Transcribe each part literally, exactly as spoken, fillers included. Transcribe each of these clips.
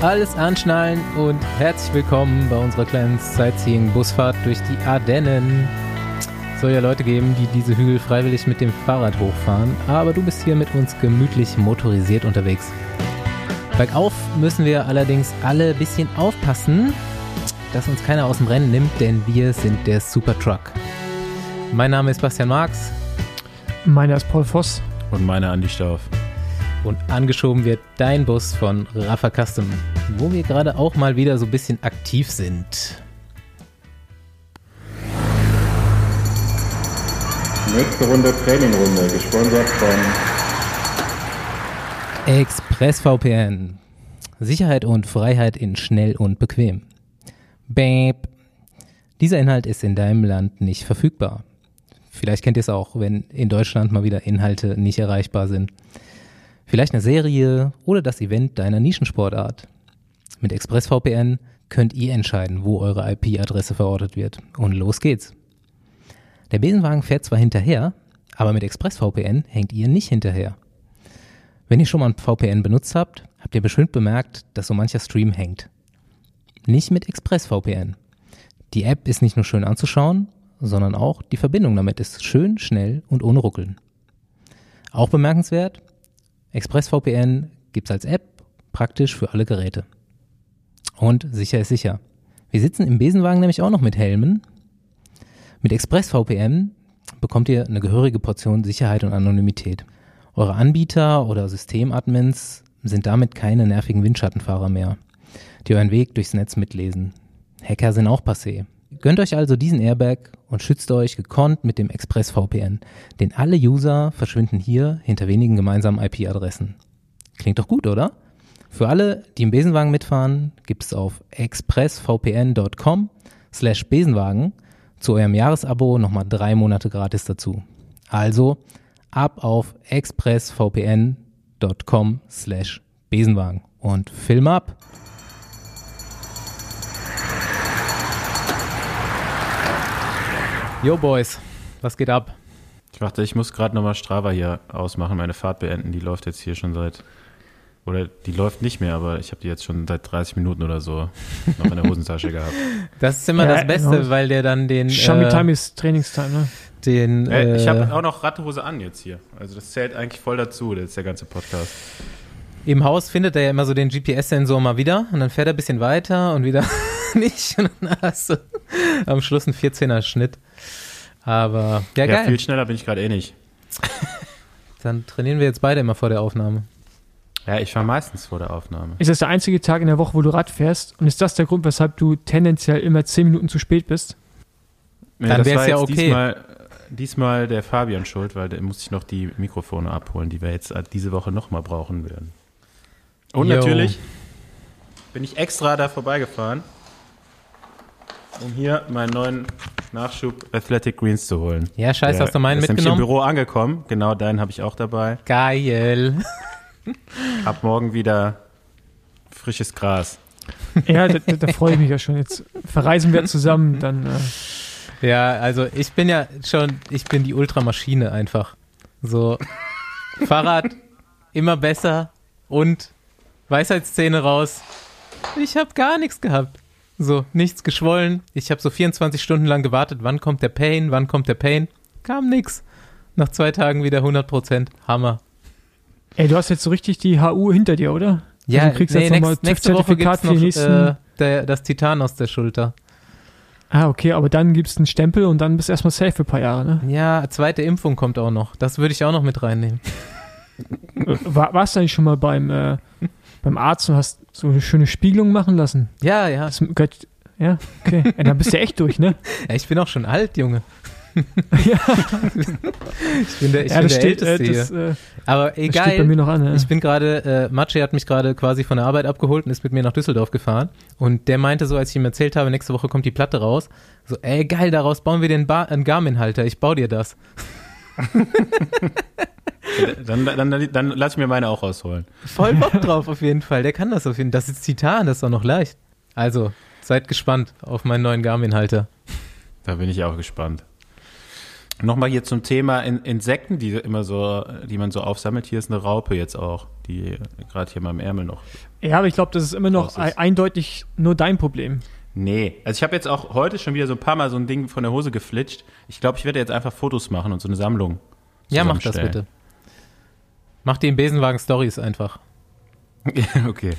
Alles anschnallen und herzlich willkommen bei unserer kleinen Sightseeing-Busfahrt durch die Ardennen. Es soll ja Leute geben, die diese Hügel freiwillig mit dem Fahrrad hochfahren, aber du bist hier mit uns gemütlich motorisiert unterwegs. Bergauf müssen wir allerdings alle ein bisschen aufpassen, dass uns keiner aus dem Rennen nimmt, denn wir sind der Supertruck. Mein Name ist Bastian Marx. Meiner ist Paul Voss. Und meiner Andi Stauf. Und angeschoben wird dein Bus von Rafa Custom, wo wir gerade auch mal wieder so ein bisschen aktiv sind. Nächste Runde Trainingrunde, gesponsert von ExpressVPN. Sicherheit und Freiheit in schnell und bequem. Bäb. Dieser Inhalt ist in deinem Land nicht verfügbar. Vielleicht kennt ihr es auch, wenn in Deutschland mal wieder Inhalte nicht erreichbar sind. Vielleicht eine Serie oder das Event deiner Nischensportart. Mit ExpressVPN könnt ihr entscheiden, wo eure I P-Adresse verortet wird. Und los geht's. Der Besenwagen fährt zwar hinterher, aber mit ExpressVPN hängt ihr nicht hinterher. Wenn ihr schon mal ein V P N benutzt habt, habt ihr bestimmt bemerkt, dass so mancher Stream hängt. Nicht mit ExpressVPN. Die App ist nicht nur schön anzuschauen, sondern auch die Verbindung damit ist schön, schnell und ohne Ruckeln. Auch bemerkenswert, ExpressVPN gibt's als App praktisch für alle Geräte. Und sicher ist sicher. Wir sitzen im Besenwagen nämlich auch noch mit Helmen. Mit ExpressVPN bekommt ihr eine gehörige Portion Sicherheit und Anonymität. Eure Anbieter oder Systemadmins sind damit keine nervigen Windschattenfahrer mehr, die euren Weg durchs Netz mitlesen. Hacker sind auch passé. Gönnt euch also diesen Airbag und schützt euch gekonnt mit dem ExpressVPN, denn alle User verschwinden hier hinter wenigen gemeinsamen I P-Adressen. Klingt doch gut, oder? Für alle, die im Besenwagen mitfahren, gibt es auf expressvpn.com slash Besenwagen zu eurem Jahresabo nochmal drei Monate gratis dazu. Also ab auf expressvpn.com slash Besenwagen und Film ab! Yo Boys, was geht ab? Ich dachte, ich muss gerade nochmal Strava hier ausmachen, meine Fahrt beenden. Die läuft jetzt hier schon seit, oder die läuft nicht mehr, aber ich habe die jetzt schon seit dreißig Minuten oder so noch in der Hosentasche gehabt. Das ist immer ja, das Beste, genau. Weil der dann den... Xiaomi äh, Time ist Trainingstime, ne? Den, äh, äh, ich habe auch noch Radhose an jetzt hier. Also das zählt eigentlich voll dazu, das ist der ganze Podcast. Im Haus findet er ja immer so den G P S-Sensor mal wieder und dann fährt er ein bisschen weiter und wieder nicht. Und dann hast du am Schluss einen vierzehner Schnitt. Aber ja, ja geil. Viel schneller bin ich gerade eh nicht. Dann trainieren wir jetzt beide immer vor der Aufnahme. Ja, ich fahre meistens vor der Aufnahme. Ist das der einzige Tag in der Woche, wo du Rad fährst? Und ist das der Grund, weshalb du tendenziell immer zehn Minuten zu spät bist? Nee, dann wäre es ja okay. Diesmal, diesmal der Fabian schuld, weil der muss ich noch die Mikrofone abholen, die wir jetzt diese Woche nochmal brauchen werden. Und Yo. Natürlich bin ich extra da vorbeigefahren, um hier meinen neuen Nachschub Athletic Greens zu holen. Ja, scheiße, der, hast du meinen mitgenommen? Ich bin im Büro angekommen, genau, deinen habe ich auch dabei. Geil. Ab morgen wieder frisches Gras. Ja, da, da, da freue ich mich ja schon. Jetzt verreisen wir zusammen, dann... Äh Ja, also ich bin ja schon, ich bin die Ultramaschine einfach. So, Fahrrad immer besser und Weisheitszähne raus. Ich habe gar nichts gehabt. So, nichts geschwollen. Ich habe so vierundzwanzig Stunden lang gewartet, wann kommt der Pain, wann kommt der Pain. Kam nix. Nach zwei Tagen wieder hundert Prozent. Hammer. Ey, du hast jetzt so richtig die H U hinter dir, oder? Ja, also du kriegst nee, jetzt next, nochmal nächste Woche gibt's noch nächsten... äh, der, das Titan aus der Schulter. Ah, okay, aber dann gibt's einen Stempel und dann bist du erstmal safe für ein paar Jahre, ne? Ja, zweite Impfung kommt auch noch. Das würde ich auch noch mit reinnehmen. War, warst du eigentlich schon mal beim, äh, beim Arzt und hast so eine schöne Spiegelung machen lassen? Ja, ja. Das gehört, ja, okay. Ja, dann bist du echt durch, ne? Ja, ich bin auch schon alt, Junge. Ja. Ich bin der, ich ja, bin das der steht, Älteste äh, das, hier. Äh, Aber egal, das steht bei mir noch an, ja. Ich bin gerade, äh, Maciej hat mich gerade quasi von der Arbeit abgeholt und ist mit mir nach Düsseldorf gefahren. Und der meinte so, als ich ihm erzählt habe, nächste Woche kommt die Platte raus, so, ey geil, daraus bauen wir den Bar- einen Garmin-Halter, ich baue dir das. dann, dann, dann, dann lass ich mir meine auch rausholen. Voll Bock drauf auf jeden Fall, der kann das auf jeden Fall. Das ist Titan, das ist auch noch leicht. Also, seid gespannt auf meinen neuen Garmin-Halter. Da bin ich auch gespannt. Nochmal hier zum Thema In- Insekten, die immer so, die man so aufsammelt. Hier ist eine Raupe jetzt auch, die gerade hier mal im Ärmel noch. Ja, aber ich glaube, das ist immer noch ist. eindeutig nur dein Problem. Nee, also ich habe jetzt auch heute schon wieder so ein paar Mal so ein Ding von der Hose geflitscht. Ich glaube, ich werde jetzt einfach Fotos machen und so eine Sammlung. Ja, mach das bitte. Mach die im Besenwagen Stories einfach. Okay.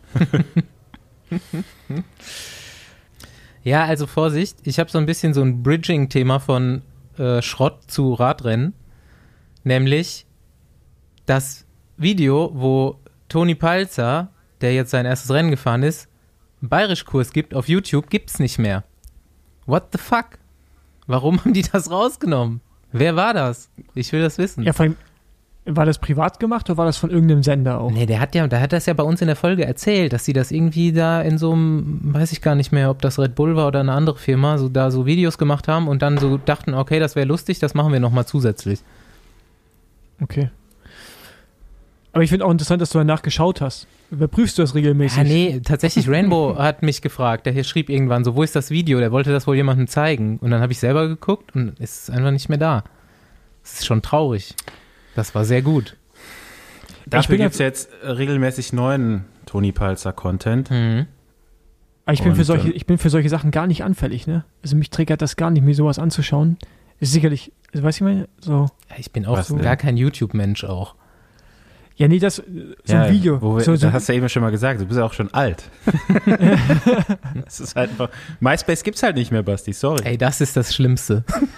Ja, also Vorsicht, ich habe so ein bisschen so ein Bridging-Thema von äh, Schrott zu Radrennen, nämlich das Video, wo Toni Palzer, der jetzt sein erstes Rennen gefahren ist, einen Bayerischkurs gibt auf YouTube, gibt's nicht mehr. What the fuck? Warum haben die das rausgenommen? Wer war das? Ich will das wissen. Ja, vor allem, war das privat gemacht oder war das von irgendeinem Sender auch? Nee, der hat ja, der hat das ja bei uns in der Folge erzählt, dass sie das irgendwie da in so einem, weiß ich gar nicht mehr, ob das Red Bull war oder eine andere Firma, so da so Videos gemacht haben und dann so dachten, okay, das wäre lustig, das machen wir nochmal zusätzlich. Okay. Aber ich finde auch interessant, dass du danach geschaut hast. Überprüfst du das regelmäßig? Ja, nee, tatsächlich, Rainbow hat mich gefragt, der hier schrieb irgendwann so, wo ist das Video? Der wollte das wohl jemandem zeigen. Und dann habe ich selber geguckt und es ist einfach nicht mehr da. Das ist schon traurig. Das war sehr gut. Dafür gibt es jetzt regelmäßig neuen Toni Palzer-Content. Mhm. Aber ich bin, für solche, ich bin für solche Sachen gar nicht anfällig, ne? Also mich triggert das gar nicht, mir sowas anzuschauen. Ist sicherlich, also weißt du, ich meine, so. Ja, ich bin auch Was so denn? gar kein YouTube-Mensch auch. Ja, nee, das, so Ja, ein Video. Wo wir, so, so, das hast du ja eben schon mal gesagt, du bist ja auch schon alt. Das ist halt einfach, MySpace gibt's halt nicht mehr, Basti, sorry. Ey, das ist das Schlimmste.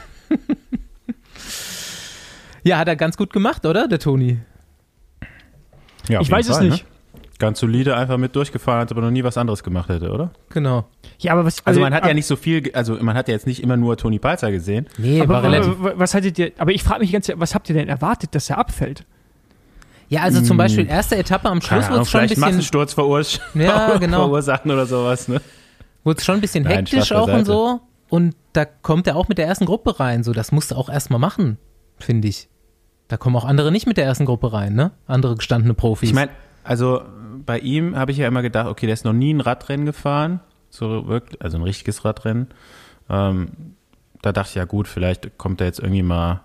Ja, hat er ganz gut gemacht, oder, der Toni? Ja, auf ich jeden weiß es Fall, nicht. Ne? Ganz solide einfach mit durchgefahren, als ob er noch nie was anderes gemacht hätte, oder? Genau. Ja, aber was, Also man hat ja nicht so viel, ge- also man hat ja jetzt nicht immer nur Toni Palzer gesehen. Nee, aber, war relativ. aber, was hattet ihr, aber ich frage mich ganz, was habt ihr denn erwartet, dass er abfällt? Ja, also zum Beispiel erste Etappe am Schluss wurde es schon ein vielleicht bisschen, Massensturz verurs- Ja, genau. verursachen oder sowas, ne? wurde es schon ein bisschen Nein, hektisch Spaß auch und beiseite. so. Und da kommt er auch mit der ersten Gruppe rein. So, das musst du auch erstmal machen, finde ich. Da kommen auch andere nicht mit der ersten Gruppe rein, ne? Andere gestandene Profis. Ich meine, also bei ihm habe ich ja immer gedacht, okay, der ist noch nie ein Radrennen gefahren, so wirklich, also ein richtiges Radrennen. Ähm, da dachte ich, ja gut, vielleicht kommt er jetzt irgendwie mal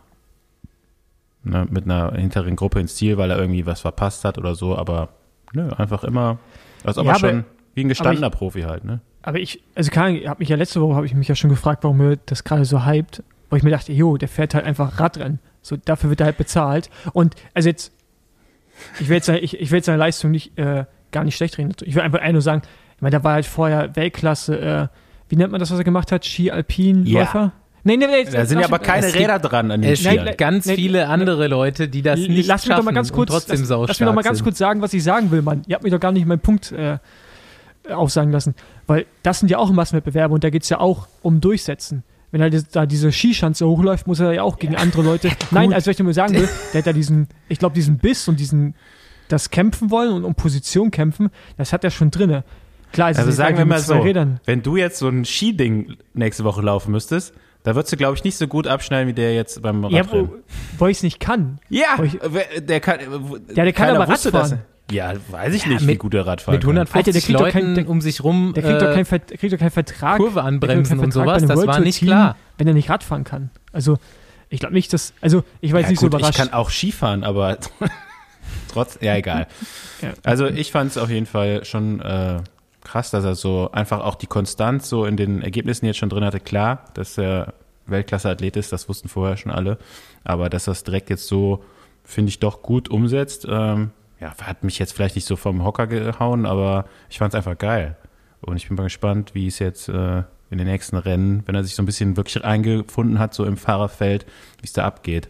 ne, mit einer hinteren Gruppe ins Ziel, weil er irgendwie was verpasst hat oder so, aber nö, einfach immer, als ob Ja, er aber- schon wie ein gestandener aber Profi halt, ne? Aber ich, also keine Ahnung, ich habe mich ja letzte Woche, habe ich mich ja schon gefragt, warum er das gerade so hypt, weil ich mir dachte, jo, der fährt halt einfach Radrennen. So, dafür wird er halt bezahlt. Und also jetzt, ich will jetzt, seine- ich, ich will jetzt seine Leistung nicht, äh, gar nicht schlecht reden. Ich will einfach nur sagen, ich meine, da war halt vorher Weltklasse, äh, wie nennt man das, was er gemacht hat? Ski-Alpin-Läufer? Ja. Nee, nee, nee. Da sind ja aber keine es gibt- Räder dran an den es Skiern. gibt ganz Nee, viele nee, andere Leute, die das nicht lass mich schaffen doch mal ganz kurz, und trotzdem lass, saustark lass mich doch mal ganz sind. kurz sagen, was ich sagen will, Mann. Ihr habt mich doch gar nicht meinen Punkt äh, aufsagen lassen. Weil das sind ja auch Massenwettbewerbe und da geht es ja auch um Durchsetzen. Wenn er das- da diese Skischanze hochläuft, muss er ja auch gegen andere Leute. Nein, also was ich nur sagen will, der hat da diesen, ich glaube, diesen Biss und diesen, das Kämpfen wollen und um Position kämpfen, das hat er schon drinne. Klar, es Also ist sagen nicht wir mit mal zwei so, Rädern. wenn du jetzt so ein Skiding nächste Woche laufen müsstest, da würdest du, glaube ich, nicht so gut abschneiden wie der jetzt beim Ja, Radrennen. wo, wo ich es nicht kann. Ja, Wo ich- wer- der kann, Ja, der kann keiner aber wusste Radfahren. Das. Ja, weiß ich Ja, nicht, wie mit- gut der Radfahren Mit hundertfünfzig Alter, der kriegt doch Leuten kein- der- um sich rum Der kriegt, äh, doch keinen, Ver- kriegt doch keinen Vertrag. Kurve der kriegt anbremsen doch keinen und Vertrag sowas, bei einem das World war Tour nicht Team, klar. wenn er nicht Radfahren kann. Also, ich glaube nicht, dass. Also, ich war Ja, jetzt nicht gut, so überrascht. ich kann auch Skifahren, aber trotz, ja, egal. Ja. Also ich fand es auf jeden Fall schon äh, krass, dass er so einfach auch die Konstanz so in den Ergebnissen jetzt schon drin hatte. Klar, dass er Weltklasse-Athlet ist, das wussten vorher schon alle, aber dass er es direkt jetzt so, finde ich, doch gut umsetzt, ähm, ja, hat mich jetzt vielleicht nicht so vom Hocker gehauen, aber ich fand es einfach geil. Und ich bin mal gespannt, wie es jetzt äh, in den nächsten Rennen, wenn er sich so ein bisschen wirklich eingefunden hat, so im Fahrerfeld, wie es da abgeht.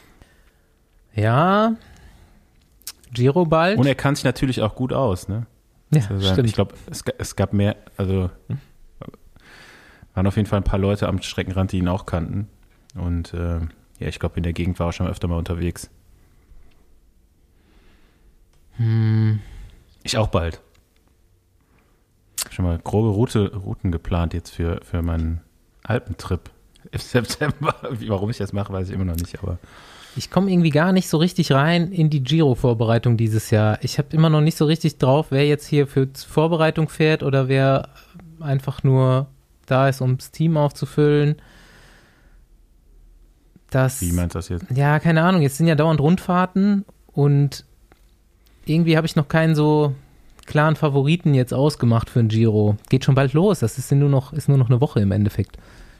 Ja, Giro bald. Und er kann sich natürlich auch gut aus, ne? ja, Also, stimmt. ich glaube, es, ga- es gab mehr, also waren auf jeden Fall ein paar Leute am Streckenrand, die ihn auch kannten. Und äh, ja, ich glaube, in der Gegend war er schon öfter mal unterwegs. Hm. Ich auch bald. Schon mal grobe Route, Routen geplant jetzt für, für meinen Alpentrip im September. Wie, warum ich das mache, weiß ich immer noch nicht, aber Ich komme irgendwie gar nicht so richtig rein in die Giro-Vorbereitung dieses Jahr. Ich habe immer noch nicht so richtig drauf, wer jetzt hier für Vorbereitung fährt oder wer einfach nur da ist, um das Team aufzufüllen. dass... Wie meinst du das jetzt? Ja, keine Ahnung, jetzt sind ja dauernd Rundfahrten und irgendwie habe ich noch keinen so klaren Favoriten jetzt ausgemacht für ein Giro. Geht schon bald los, das ist nur noch, ist nur noch eine Woche im Endeffekt.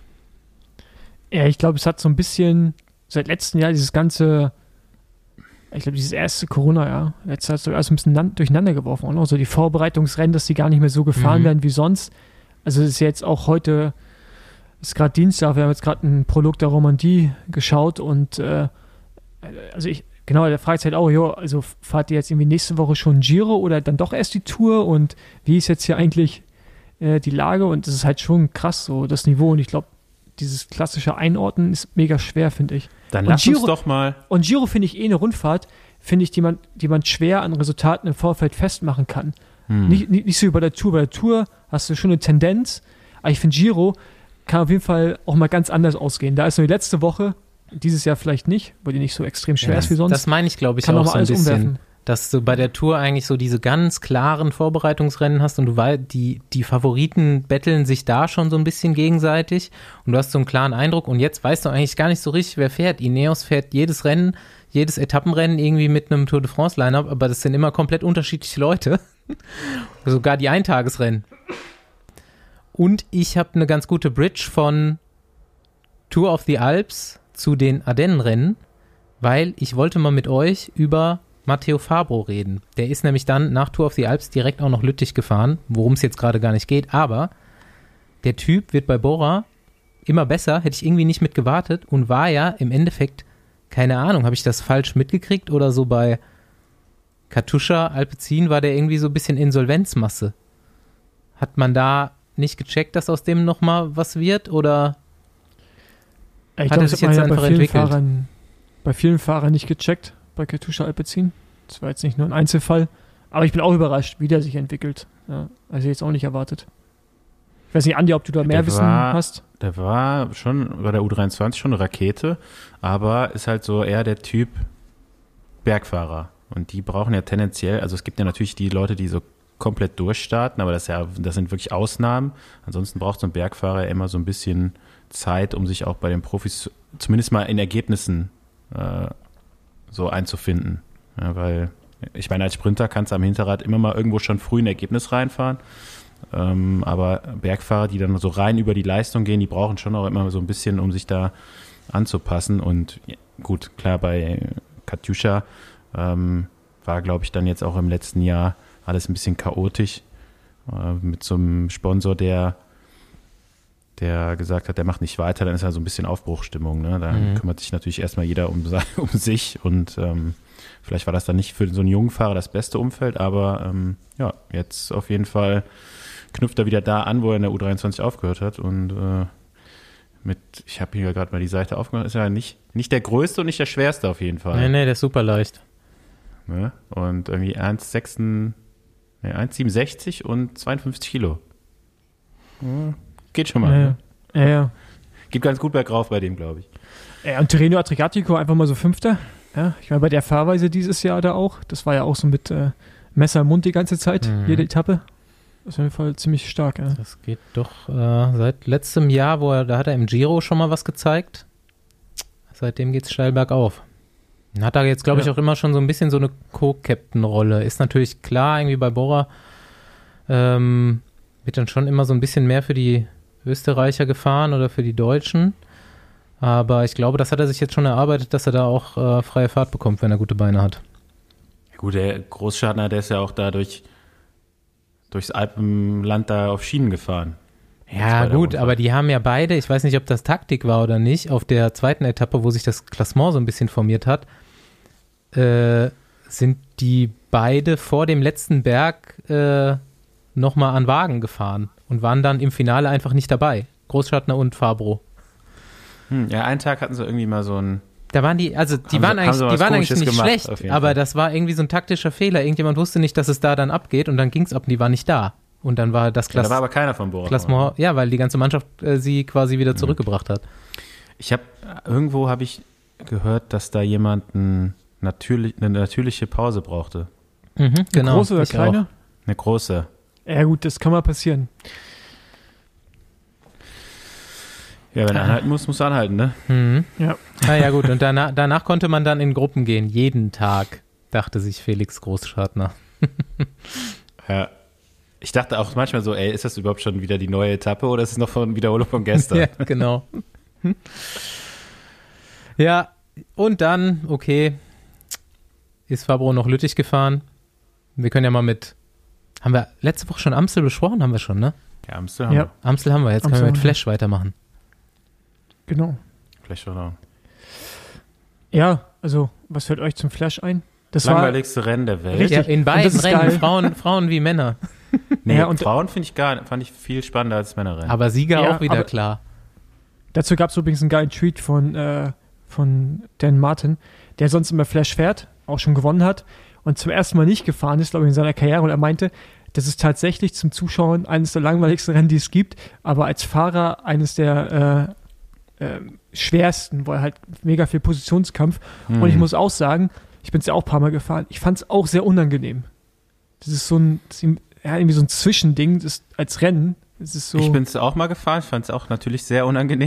Ja, ich glaube, es hat so ein bisschen seit letztem Jahr dieses ganze, ich glaube, dieses erste Corona-Jahr, jetzt hat es so alles ein bisschen durcheinander geworfen. Und auch so die Vorbereitungsrennen, dass die gar nicht mehr so gefahren mhm. werden wie sonst. Also es ist jetzt auch heute, es ist gerade Dienstag, wir haben jetzt gerade ein Prolog der Romandie geschaut und äh, also ich, genau, der fragt halt auch, jo, also fahrt ihr jetzt irgendwie nächste Woche schon Giro oder dann doch erst die Tour und wie ist jetzt hier eigentlich äh, die Lage? Und das ist halt schon krass, so das Niveau und ich glaube, dieses klassische Einordnen ist mega schwer, finde ich. Dann und lass Giro, uns doch mal... Und Giro finde ich eh eine Rundfahrt, finde ich, die man, die man schwer an Resultaten im Vorfeld festmachen kann. Hm. Nicht, nicht, nicht so wie bei der Tour. Bei der Tour hast du schon eine Tendenz, aber ich finde, Giro kann auf jeden Fall auch mal ganz anders ausgehen. Da ist nur die letzte Woche, dieses Jahr vielleicht nicht, weil die nicht so extrem schwer ja, ist wie sonst. Das meine ich, glaube ich, kann auch auch so ein alles bisschen. Umwerfen. Dass du bei der Tour eigentlich so diese ganz klaren Vorbereitungsrennen hast und du weißt, die, die Favoriten betteln sich da schon so ein bisschen gegenseitig und du hast so einen klaren Eindruck und jetzt weißt du eigentlich gar nicht so richtig, wer fährt. Ineos fährt jedes Rennen, jedes Etappenrennen irgendwie mit einem Tour de France Line-Up, aber das sind immer komplett unterschiedliche Leute. Sogar die Eintagesrennen. Und ich habe eine ganz gute Bridge von Tour of the Alps zu den Ardennenrennen, weil ich wollte mal mit euch über Matteo Fabro reden. Der ist nämlich dann nach Tour of the Alps direkt auch noch Lüttich gefahren, worum es jetzt gerade gar nicht geht, aber der Typ wird bei Bora immer besser, hätte ich irgendwie nicht mit gewartet und war ja im Endeffekt, keine Ahnung, habe ich das falsch mitgekriegt oder so bei Katusha Alpecin war der irgendwie so ein bisschen Insolvenzmasse. Hat man da nicht gecheckt, dass aus dem nochmal was wird oder ich hat glaub, er sich jetzt ja einfach bei vielen entwickelt? Fahrern, bei vielen Fahrern nicht gecheckt. Bei Katusha Alpecin. Das war jetzt nicht nur ein Einzelfall. Aber ich bin auch überrascht, wie der sich entwickelt. Ja, also jetzt auch nicht erwartet. Ich weiß nicht, Andi, ob du da mehr der Wissen war, hast. Der war schon bei der U dreiundzwanzig schon eine Rakete, aber ist halt so eher der Typ Bergfahrer. Und die brauchen ja tendenziell, also es gibt ja natürlich die Leute, die so komplett durchstarten, aber das, ist ja, das sind wirklich Ausnahmen. Ansonsten braucht so ein Bergfahrer immer so ein bisschen Zeit, um sich auch bei den Profis zumindest mal in Ergebnissen äh, so einzufinden. Ja, weil, ich meine, als Sprinter kannst du am Hinterrad immer mal irgendwo schon früh ein Ergebnis reinfahren. Ähm, aber Bergfahrer, die dann so rein über die Leistung gehen, die brauchen schon auch immer so ein bisschen, um sich da anzupassen. Und ja, gut, klar, bei Katusha ähm, war, glaube ich, dann jetzt auch im letzten Jahr alles ein bisschen chaotisch. Äh, mit so einem Sponsor, der der gesagt hat, der macht nicht weiter, dann ist ja so ein bisschen Aufbruchstimmung. Ne? Dann mhm. kümmert sich natürlich erstmal jeder um, um sich und ähm, vielleicht war das dann nicht für so einen jungen Fahrer das beste Umfeld, aber ähm, ja, jetzt auf jeden Fall knüpft er wieder da an, wo er in der U dreiundzwanzig aufgehört hat und äh, mit, ich habe hier gerade mal die Seite aufgemacht, ist ja nicht, nicht der größte und nicht der schwerste auf jeden Fall. Nee, nee, der ist super leicht. Ne? Und irgendwie eins Komma sechs, nee, eins Komma siebenundsechzig und zweiundfünfzig Kilo. Ja. Geht schon mal. Ja, ne? ja. ja. Geht ganz gut bergauf bei dem, glaube ich. Ja, und Tirreno Adriatico einfach mal so Fünfter. Ja, ich meine, bei der Fahrweise dieses Jahr da auch, das war ja auch so mit äh, Messer im Mund die ganze Zeit, mhm. jede Etappe. Das ist auf jeden Fall ziemlich stark. Ja. Das geht doch äh, seit letztem Jahr, wo er, da hat er im Giro schon mal was gezeigt. Seitdem geht es steil bergauf. Hat da jetzt, glaube ja. ich, auch immer schon so ein bisschen so eine Co-Captain-Rolle. Ist natürlich klar, irgendwie bei Bora ähm, wird dann schon immer so ein bisschen mehr für die Österreicher gefahren oder für die Deutschen. Aber ich glaube, das hat er sich jetzt schon erarbeitet, dass er da auch äh, freie Fahrt bekommt, wenn er gute Beine hat. Ja, gut, der Großschartner, der ist ja auch dadurch durchs Alpenland da auf Schienen gefahren. Ja gut, aber die haben ja beide, ich weiß nicht, ob das Taktik war oder nicht, auf der zweiten Etappe, wo sich das Klassement so ein bisschen formiert hat, äh, sind die beide vor dem letzten Berg äh, nochmal an Wagen gefahren und waren dann im Finale einfach nicht dabei. Großschartner und Fabro. Hm, ja, einen Tag hatten sie irgendwie mal so ein... Da waren die, also die waren sie, eigentlich, die waren eigentlich nicht gemacht, schlecht, aber Fall. Das war irgendwie so ein taktischer Fehler. Irgendjemand wusste nicht, dass es da dann abgeht und dann ging es ab und die waren nicht da. Und dann war das Klass- ja, da war aber keiner von Bora. Klassement, ja, weil die ganze Mannschaft äh, sie quasi wieder zurückgebracht hat. Ich habe irgendwo habe ich gehört, dass da jemand ein natürlich, eine natürliche Pause brauchte. Mhm, genau. Eine große oder kleine? Auch. Eine große. Ja gut, das kann mal passieren. Ja, wenn er anhalten muss, muss er anhalten, ne? Mhm. Ja. Na ja, gut. Und danach, danach konnte man dann in Gruppen gehen. Jeden Tag, dachte sich Felix Großschartner. Ja. Ich dachte auch manchmal so, ey, ist das überhaupt schon wieder die neue Etappe oder ist es noch von Wiederholung von gestern? Ja, genau. Ja, und dann, okay, ist Fabro noch Lüttich gefahren. Wir können ja mal mit, haben wir letzte Woche schon Amstel besprochen? Haben wir schon, ne? Ja, Amstel haben Ja. wir. Amstel haben wir, jetzt Amstel können wir mit haben wir. Flash weitermachen. Genau. Vielleicht schon noch. Ja, also, was fällt euch zum Flash ein? Das Langweiligste Rennen der Welt. Richtig. Ja, in Und beiden das ist Rennen, geil. Frauen, Frauen wie Männer. Nee, Ja, und- Frauen finde ich gar, fand ich viel spannender als Männerrennen. Aber Sieger Ja, auch wieder aber- klar. Dazu gab es übrigens einen geilen Tweet von, äh, von Dan Martin, der sonst immer Flash fährt, auch schon gewonnen hat und zum ersten Mal nicht gefahren ist, glaube ich, in seiner Karriere. Und er meinte, das ist tatsächlich zum Zuschauen eines der langweiligsten Rennen, die es gibt, aber als Fahrer eines der äh, äh, schwersten, weil halt mega viel Positionskampf. Mhm. Und ich muss auch sagen, ich bin es ja auch ein paar Mal gefahren, ich fand es auch sehr unangenehm. Das ist so ein, das ist ja, irgendwie so ein Zwischending, das ist als Rennen. Das ist so, Ich bin es auch mal gefahren, ich fand es auch natürlich sehr unangenehm.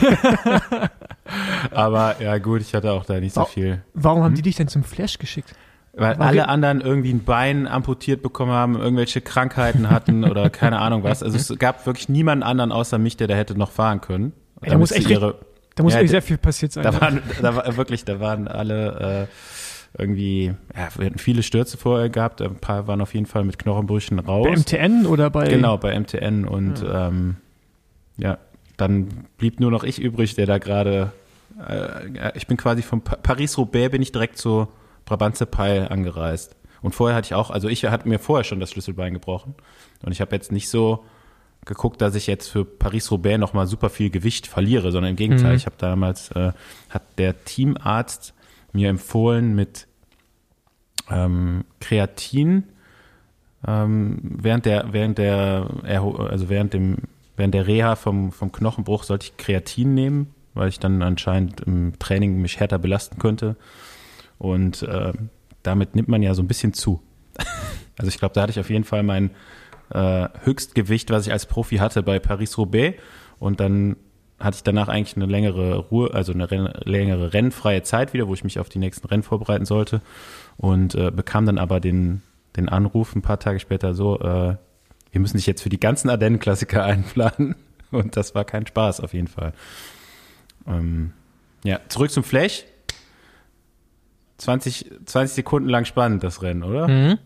Aber ja gut, ich hatte auch da nicht so Wa- viel. warum haben Hm? die dich denn zum Flash geschickt? Weil War alle ge- anderen irgendwie ein Bein amputiert bekommen haben, irgendwelche Krankheiten hatten oder keine Ahnung was. Also es gab wirklich niemanden anderen außer mich, der da hätte noch fahren können. Ey, da muss Damit echt sie ihre, Da muss Ja, wirklich d- sehr viel passiert sein. da ja. waren, da war wirklich, da waren alle äh, irgendwie, ja, wir hatten viele Stürze vorher gehabt, ein paar waren auf jeden Fall mit Knochenbrüchen raus. Bei M T N oder bei... Genau, bei M T N und ja, ähm, ja dann blieb nur noch ich übrig, der da gerade, äh, ich bin quasi von pa- Paris-Roubaix bin ich direkt zu Brabantse-Peil angereist. Und vorher hatte ich auch, also ich hatte mir vorher schon das Schlüsselbein gebrochen und ich habe jetzt nicht so geguckt, dass ich jetzt für Paris-Roubaix nochmal super viel Gewicht verliere, sondern im Gegenteil, Mhm. ich habe damals, äh, hat der Teamarzt mir empfohlen mit ähm, Kreatin ähm, während der, während der, Erho- also während dem, während der Reha vom, vom Knochenbruch sollte ich Kreatin nehmen, weil ich dann anscheinend im Training mich härter belasten könnte. Und äh, damit nimmt man ja so ein bisschen zu. Also ich glaube, da hatte ich auf jeden Fall mein äh, Höchstgewicht, was ich als Profi hatte bei Paris-Roubaix. Und dann hatte ich danach eigentlich eine längere Ruhe, also eine Renn, längere rennfreie Zeit wieder, wo ich mich auf die nächsten Rennen vorbereiten sollte. Und äh, bekam dann aber den, den Anruf ein paar Tage später so, äh, wir müssen dich jetzt für die ganzen Ardennen-Klassiker einplanen. Und das war kein Spaß auf jeden Fall. Ähm, ja, zurück zum Flash. zwanzig, zwanzig Sekunden lang spannend, das Rennen, oder? Mhm.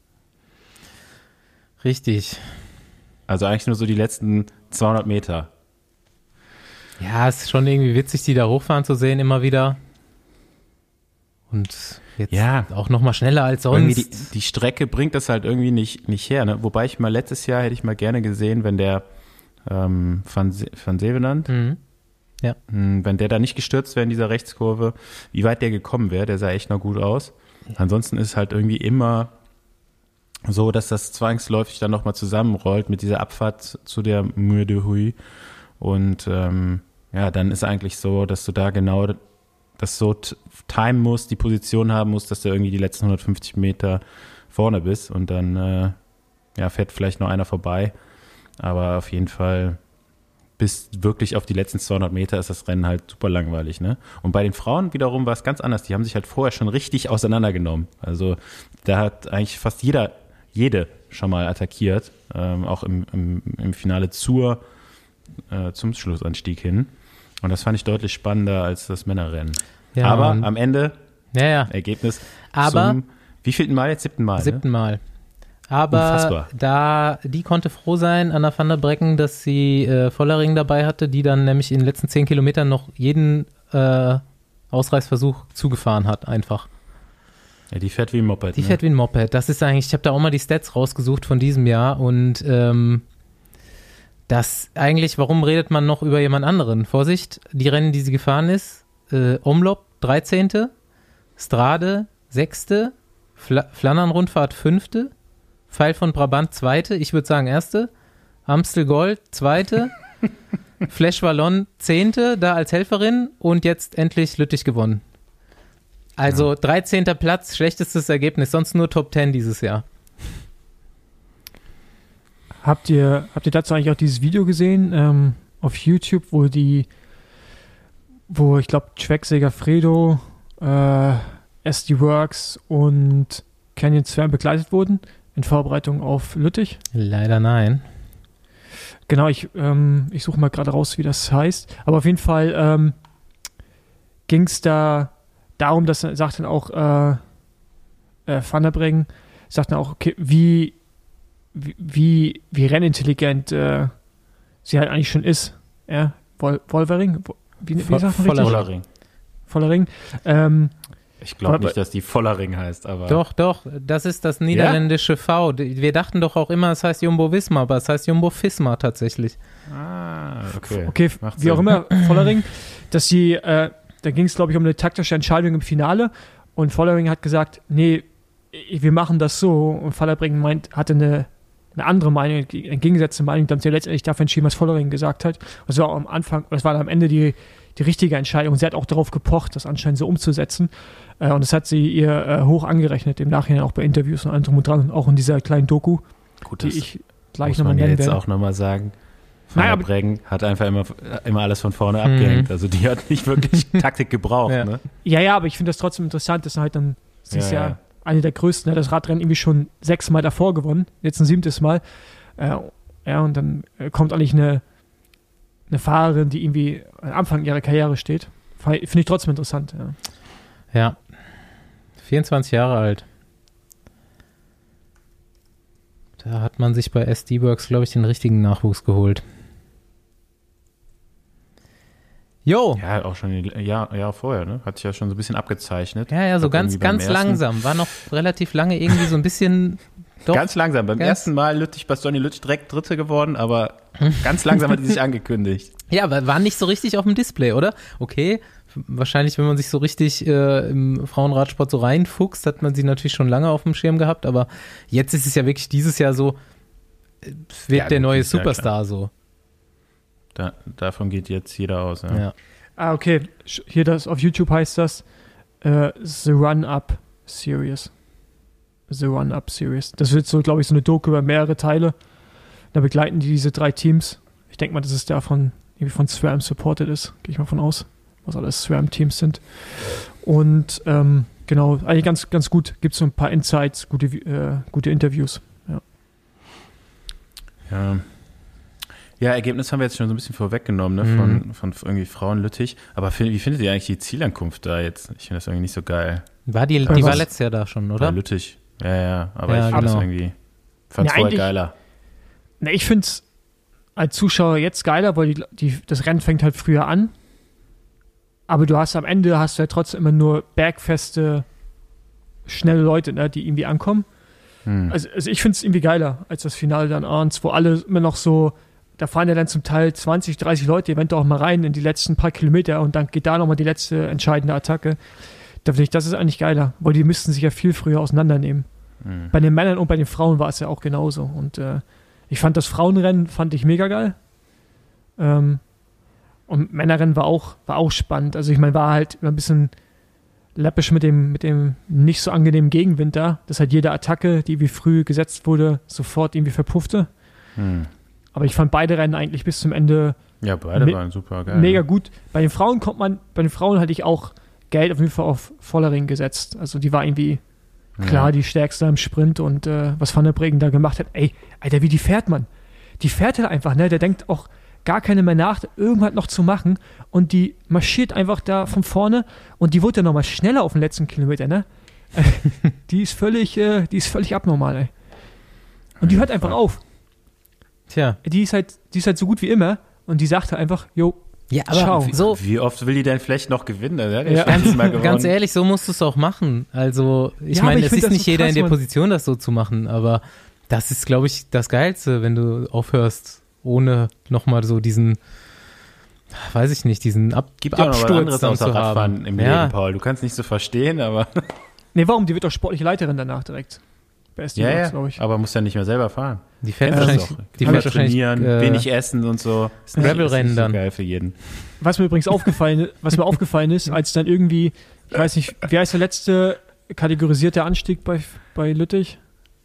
Richtig. Also eigentlich nur so die letzten zweihundert Meter. Ja, es ist schon irgendwie witzig, die da hochfahren zu sehen immer wieder. Und jetzt Ja. auch noch mal schneller als Irgendwie sonst. die, die Strecke bringt das halt irgendwie nicht, nicht her. Ne? Wobei ich mal letztes Jahr hätte ich mal gerne gesehen, wenn der ähm, Van, Se- Van Zevenand, Mhm. mh, wenn der da nicht gestürzt wäre in dieser Rechtskurve, wie weit der gekommen wäre, der sah echt noch gut aus. Ansonsten ist es halt irgendwie immer so, dass das zwangsläufig dann nochmal zusammenrollt mit dieser Abfahrt zu der Mur de Huy. Und ähm, ja, dann ist eigentlich so, dass du da genau das so t- timen musst, die Position haben musst, dass du irgendwie die letzten hundertfünfzig Meter vorne bist und dann äh, ja, fährt vielleicht noch einer vorbei. Aber auf jeden Fall bis wirklich auf die letzten zweihundert Meter ist das Rennen halt super langweilig, ne? Und bei den Frauen wiederum war es ganz anders. Die haben sich halt vorher schon richtig auseinandergenommen. Also da hat eigentlich fast jeder, jede schon mal attackiert, ähm, auch im, im, im Finale zur, äh, zum Schlussanstieg hin. Und das fand ich deutlich spannender als das Männerrennen. Ja, Aber und- am Ende, Ja, ja. Ergebnis Aber- zum, wievielten Mal jetzt? Siebten Mal, Siebten ne? Mal. Aber Unfassbar. da, die konnte froh sein, Anna van der Brecken, dass sie äh, Vollering dabei hatte, die dann nämlich in den letzten zehn Kilometern noch jeden äh, Ausreißversuch zugefahren hat, einfach. Ja, die fährt wie ein Moped. Die ne? fährt wie ein Moped. Das ist eigentlich, ich habe da auch mal die Stats rausgesucht von diesem Jahr und ähm, das eigentlich, warum redet man noch über jemand anderen? Vorsicht, die Rennen, die sie gefahren ist, äh, Omlop dreizehnte, Strade sechste, Fla- Flandern-Rundfahrt fünfte, Pfeil von Brabant zweite, ich würde sagen erste, Amstel Gold zweite, Flash Wallon zehnte, da als Helferin und jetzt endlich Lüttich gewonnen. Also dreizehnter Platz, schlechtestes Ergebnis, sonst nur Top zehn dieses Jahr. Habt ihr, habt ihr dazu eigentlich auch dieses Video gesehen ähm, auf YouTube, wo die wo ich glaube Trek Segafredo, äh, S D Works und Canyon Slam begleitet wurden in Vorbereitung auf Lüttich. Leider nein. Genau, ich, ähm, ich suche mal gerade raus, wie das heißt. Aber auf jeden Fall ähm, ging es da darum, dass er sagt dann auch äh, äh, Van der Breggen, sagt dann auch, okay, wie, wie, wie rennintelligent äh, sie halt eigentlich schon ist. Ja, Vol- Wolvering? Wie, wie sagt man richtig? Vollering. Vollering. Ähm, Ich glaube nicht, dass die Vollering heißt, aber... Doch, doch, das ist das niederländische ja? V. Wir dachten doch auch immer, es heißt Jumbo-Visma, aber es heißt Jumbo-Visma tatsächlich. Ah, okay. Okay, Macht wie Sinn. auch immer, Vollering, dass sie, äh, da ging es, glaube ich, um eine taktische Entscheidung im Finale und Vollering hat gesagt, nee, wir machen das so und Van der Breggen meint, hatte eine, eine andere Meinung, eine entgegengesetzte Meinung, dann hat sie letztendlich dafür entschieden, was Vollering gesagt hat. Und das war auch am Anfang, das war am Ende die, die richtige Entscheidung. Sie hat auch darauf gepocht, das anscheinend so umzusetzen. Äh, und das hat sie ihr äh, hoch angerechnet, im Nachhinein auch bei Interviews und allem drum und dran, auch in dieser kleinen Doku, Gut, die das ich gleich muss nochmal man ja nennen jetzt werde. auch nochmal sagen. Van Naja, der Breggen hat einfach immer, immer alles von vorne Mhm. abgehängt. Also die hat nicht wirklich Taktik gebraucht. Ja. Ne? Ja, ja, aber ich finde das trotzdem interessant, dass er halt dann, sie ist Ja, ja, ja. eine der größten, hat das Radrennen irgendwie schon sechsmal davor gewonnen, jetzt ein siebtes Mal. Äh, ja, und dann äh, kommt eigentlich eine, eine Fahrerin, die irgendwie am Anfang ihrer Karriere steht. Finde ich trotzdem interessant. Ja. Ja. vierundzwanzig Jahre alt. Da hat man sich bei S D Works, glaube ich, den richtigen Nachwuchs geholt. Jo! Ja, auch schon ein Jahr, Jahr vorher, ne? Hat sich ja schon so ein bisschen abgezeichnet. Ja, ja, so Ich glaub, ganz, irgendwie beim ganz ersten- langsam. War noch relativ lange irgendwie so ein bisschen. Doch, Ganz langsam. Beim Ganz- ersten Mal Lüttich, Bastogne Lüttich direkt Dritte geworden, aber ganz langsam hat die sich angekündigt. Ja, aber war nicht so richtig auf dem Display, oder? Okay, wahrscheinlich, wenn man sich so richtig äh, im Frauenradsport so reinfuchst, hat man sie natürlich schon lange auf dem Schirm gehabt, aber jetzt ist es ja wirklich dieses Jahr so, äh, wird Ja, der gut, neue ist ja Superstar so. Da, davon geht jetzt jeder aus. Ja. Ja. Ah, okay. Sch- Hier das auf YouTube heißt das äh, The Run-Up Series. The Run-Up Series. Das wird so, glaube ich, so eine Doku über mehrere Teile. Da begleiten die diese drei Teams. Ich denke mal, dass es davon irgendwie von SRAM supported ist. Gehe ich mal von aus. Was alles SRAM-Teams sind. Und ähm, genau, eigentlich ganz, ganz gut. Gibt es so ein paar Insights, gute, äh, gute Interviews. Ja. Ja. Ja, Ergebnis haben wir jetzt schon so ein bisschen vorweggenommen, ne? Mhm. von, von irgendwie Frauen Lüttich. Aber find, wie findet ihr eigentlich die Zielankunft da jetzt? Ich finde das irgendwie nicht so geil. War die, die Was? war letztes Jahr da schon, Bei oder? Lüttich. Ja, ja, aber Ja, ich fand das genau. irgendwie, fand's Ja, vorher eigentlich- geiler. Na, ich finde es als Zuschauer jetzt geiler, weil die, die, das Rennen fängt halt früher an. Aber du hast am Ende hast du ja trotzdem immer nur bergfeste, schnelle Leute, ne, die irgendwie ankommen. Hm. Also, also ich finde es irgendwie geiler als das Finale dann abends, wo alle immer noch so, da fahren ja dann zum Teil zwanzig, dreißig Leute eventuell auch mal rein in die letzten paar Kilometer und dann geht da nochmal die letzte entscheidende Attacke. Da finde ich, das ist eigentlich geiler, weil die müssten sich ja viel früher auseinandernehmen. Hm. Bei den Männern und bei den Frauen war es ja auch genauso. Und äh, ich fand das Frauenrennen fand ich mega geil. Ähm, und Männerrennen war auch, war auch spannend. Also ich meine, war halt immer ein bisschen läppisch mit dem, mit dem nicht so angenehmen Gegenwind da, dass halt jede Attacke, die wie früh gesetzt wurde, sofort irgendwie verpuffte. Hm. Aber ich fand beide Rennen eigentlich bis zum Ende Ja, beide Me- waren super geil. mega ne? gut. Bei den Frauen kommt man, bei den Frauen hatte ich auch Geld auf jeden Fall auf Vollering gesetzt. Also die war irgendwie klar Ja. die stärkste im Sprint und äh, was Van der Breggen da gemacht hat, ey, Alter, wie die fährt man? Die fährt halt einfach, ne? Der denkt auch gar keine mehr nach, irgendwas noch zu machen und die marschiert einfach da von vorne und die wurde dann nochmal schneller auf den letzten Kilometer, ne? die ist völlig, äh, die ist völlig abnormal, ey. Und die hört einfach auf. Tja. Die ist halt, die ist halt so gut wie immer und die sagt halt einfach, jo, Ja, aber Ciao. so, Wie oft will die denn vielleicht noch gewinnen? Der hat Ja. ja schon mal gewonnen. ganz ehrlich, so musst du es auch machen. Also, ich Ja, aber meine, ich es find ist das nicht so jeder krass, in der Mann. Position, das so zu machen, aber das ist, glaube ich, das Geilste, wenn du aufhörst, ohne nochmal so diesen, weiß ich nicht, diesen Ab Gibt ja auch noch was Absturz anderes dann außer zu Radfahren haben. im Ja. Leben, Paul. Du kannst nicht so verstehen, aber nee, warum? Die wird doch sportliche Leiterin danach direkt. Bei S D ja, Works, ja, glaube ich. aber muss ja nicht mehr selber fahren. Die fährt Kennst du das wahrscheinlich, auch? die Immer fährt wahrscheinlich trainieren, äh, wenig essen und so. Ist nicht, Gravelrennen ist nicht so dann. geil für jeden. Was mir übrigens aufgefallen, was mir aufgefallen ist, als dann irgendwie, ich weiß nicht, wie heißt der letzte kategorisierte Anstieg bei, bei Lüttich?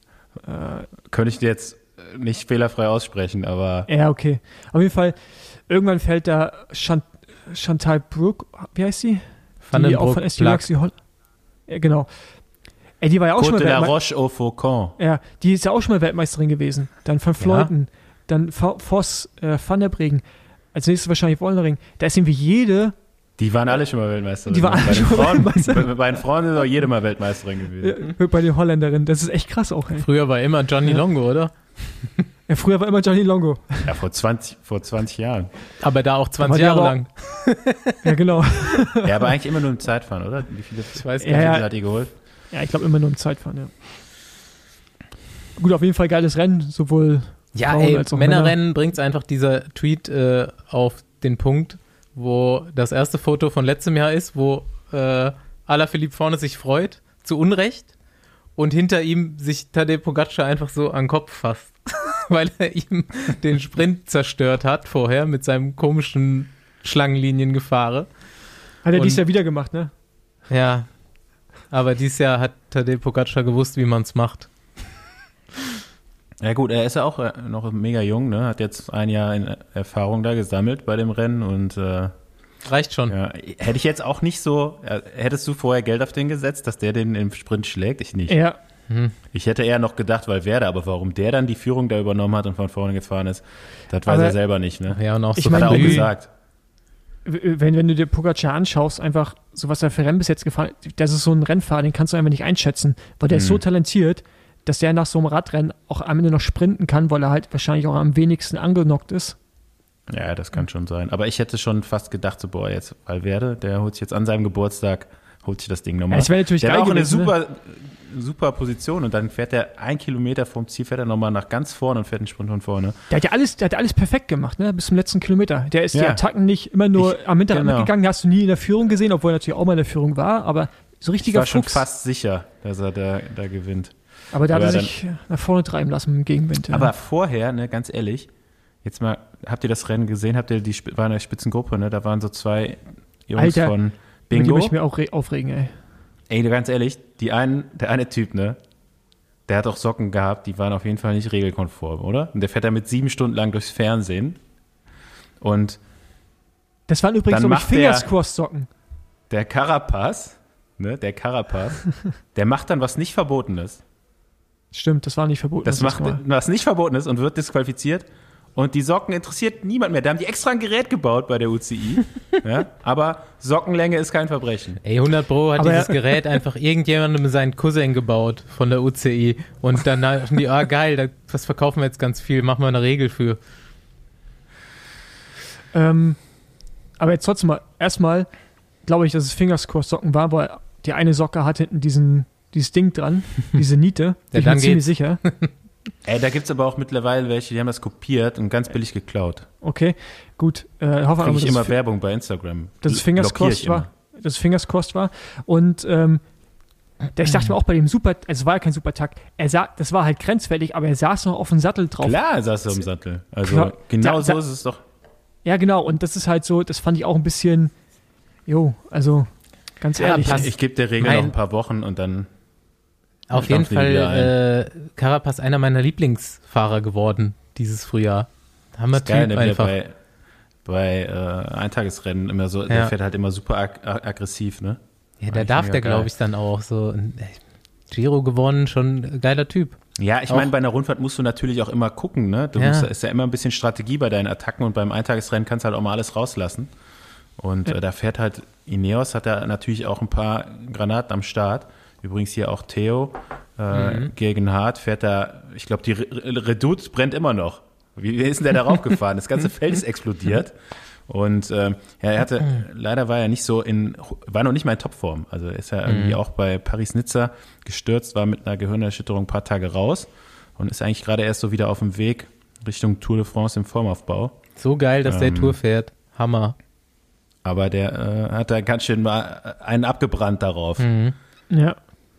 Äh, Könnte ich dir jetzt nicht fehlerfrei aussprechen, aber ja, okay. Auf jeden Fall, irgendwann fällt da Chan- Chantal Brook, wie heißt sie? Van die den auch Broek von S G Galaxy Hol- ja, genau. Ey, die war ja auch Côte schon mal de la Weltmeisterin. Roche-au-Faucon. Ja, die ist ja auch schon mal Weltmeisterin gewesen. Dann Van Vleuten, ja. dann v- Voss, äh, Van der Breggen, als nächstes wahrscheinlich Wollering. Da ist irgendwie jede... Die waren alle schon mal Weltmeisterin. Die waren alle bei schon mal Weltmeisterin. Bei, bei den Frauen ist auch jede mal Weltmeisterin gewesen. Ja, bei den Holländerinnen. Das ist echt krass auch, ey. Früher war immer Johnny ja. Longo, oder? Ja, früher war immer Johnny Longo. Ja, vor zwanzig, vor zwanzig Jahren. Aber da auch zwanzig Jahre lang. Ja, genau. Ja, aber eigentlich immer nur im Zeitfahren, oder? Wie viele ich weiß gar nicht, ja, hat die geholt? Ja, ich glaube immer nur im Zeitfahren, ja. Gut, auf jeden Fall geiles Rennen, sowohl ja, Frauen ey, als auch Männerrennen Männer. bringt es einfach dieser Tweet äh, auf den Punkt, wo das erste Foto von letztem Jahr ist, wo äh, Alaphilippe vorne sich freut, zu Unrecht, und hinter ihm sich Tadej Pogacar einfach so an den Kopf fasst, weil er ihm den Sprint zerstört hat vorher mit seinem komischen Schlangenliniengefahre. Hat er und, dieses Jahr wieder gemacht, ne? Ja, aber dieses Jahr hat Tadej Pogacar gewusst, wie man es macht. Ja gut, er ist ja auch noch mega jung, ne? Hat jetzt ein Jahr in Erfahrung da gesammelt bei dem Rennen und äh, reicht schon. Ja, hätte ich jetzt auch nicht so, äh, hättest du vorher Geld auf den gesetzt, dass der den im Sprint schlägt? Ich nicht. Ja. Hm. Ich hätte eher noch gedacht, weil Werder, aber warum der dann die Führung da übernommen hat und von vorne gefahren ist, das weiß aber er selber nicht, ne? Ja, und auch ich so mein, hat er auch gesagt. Wenn, wenn du dir Pogacar anschaust, einfach so was er für Rennen bis jetzt gefahren hat, das ist so ein Rennfahrer, den kannst du einfach nicht einschätzen, weil der hm. ist so talentiert, dass der nach so einem Radrennen auch am Ende noch sprinten kann, weil er halt wahrscheinlich auch am wenigsten angenockt ist. Ja, das kann schon sein. Aber ich hätte schon fast gedacht, so boah, jetzt Valverde, der holt sich jetzt an seinem Geburtstag, holt sich das Ding nochmal. Ja, das wäre natürlich der geil hat auch gewesen, eine super, ne? super Position und dann fährt er ein Kilometer vom Ziel, fährt er nochmal nach ganz vorne und fährt einen Sprint von vorne. Der hat ja alles, der hat alles perfekt gemacht, ne? Bis zum letzten Kilometer. Der ist ja. die Attacken nicht immer nur ich, am Hinterrad genau. mitgegangen, hast du nie in der Führung gesehen, obwohl er natürlich auch mal in der Führung war, aber so richtiger ich war Fuchs. schon fast sicher, dass er da, da gewinnt. Aber da hat er dann, sich nach vorne treiben lassen mit dem Gegenwind. Ja. Aber vorher, ne, ganz ehrlich, jetzt mal, habt ihr das Rennen gesehen? Habt ihr die, war in der Spitzengruppe, ne? Da waren so zwei Jungs Alter, von Bingo. Die möchte ich mir auch re- aufregen, ey. Ey, ganz ehrlich, die einen, der eine Typ, ne, der hat auch Socken gehabt, die waren auf jeden Fall nicht regelkonform, oder? Und der fährt damit sieben Stunden lang durchs Fernsehen. Und das waren übrigens, glaube ich, Fingerscross-Socken. Der Carapaz, ne, der Carapaz, der macht dann was nicht Verbotenes. Stimmt, das war nicht verboten. Das macht was nicht verboten ist und wird disqualifiziert. Und die Socken interessiert niemand mehr. Da haben die extra ein Gerät gebaut bei der U C I. Ja, aber Sockenlänge ist kein Verbrechen. Ey, hundert Pro hat aber dieses ja. Gerät einfach irgendjemandem seinen Cousin gebaut von der U C I. Und dann dachten die, ah geil, das verkaufen wir jetzt ganz viel, machen wir eine Regel für. Ähm, aber jetzt trotzdem mal, erstmal glaube ich, dass es Fingerscross-Socken war, weil die eine Socke hat hinten diesen dieses Ding dran, diese Niete, bin ja, ich mir ziemlich sicher. Ey, da gibt es aber auch mittlerweile welche, die haben das kopiert und ganz billig geklaut. Okay, gut. Äh, hoffe Kriege ich aber, immer dass Werbung bei Instagram. Dass es Fingers crossed war. Dass es Fingers crossed war. Und ähm, der, ich dachte mir auch bei dem Super, also es war ja kein Supertag, er sah, das war halt grenzwertig, aber er saß noch auf dem Sattel drauf. Klar, er saß auf dem Sattel. Also Klar, genau da, so da, ist es doch. Ja, genau. Und das ist halt so, das fand ich auch ein bisschen, jo, also ganz ja, ehrlich. Ich, ich gebe der Regel Nein. noch ein paar Wochen und dann Auf jeden Fall äh, Carapaz einer meiner Lieblingsfahrer geworden dieses Frühjahr. Hammer Typ geil, einfach. Bei, bei äh, Eintagesrennen immer so, ja. Der fährt halt immer super ag- aggressiv, ne? Ja, der darf der, glaube ich, dann auch so. Giro gewonnen, schon ein geiler Typ. Ja, ich meine, bei einer Rundfahrt musst du natürlich auch immer gucken, ne? Du ja. musst, ist ja immer ein bisschen Strategie bei deinen Attacken und beim Eintagesrennen kannst du halt auch mal alles rauslassen. Und ja. äh, da fährt halt Ineos, hat da natürlich auch ein paar Granaten am Start. Übrigens hier auch Theo äh, mhm. gegen Hart fährt da, ich glaube, die Redoute brennt immer noch. Wie, wie ist denn der da raufgefahren? Das ganze Feld ist explodiert. Und ähm, ja, er hatte, leider war er nicht so in, war noch nicht mal in Topform. Also er ist ja irgendwie mhm. auch bei Paris-Nizza gestürzt, war mit einer Gehirnerschütterung ein paar Tage raus und ist eigentlich gerade erst so wieder auf dem Weg Richtung Tour de France im Formaufbau. So geil, dass ähm, der Tour fährt. Hammer. Aber der äh, hat da ganz schön mal einen abgebrannt darauf. Mhm. Ja.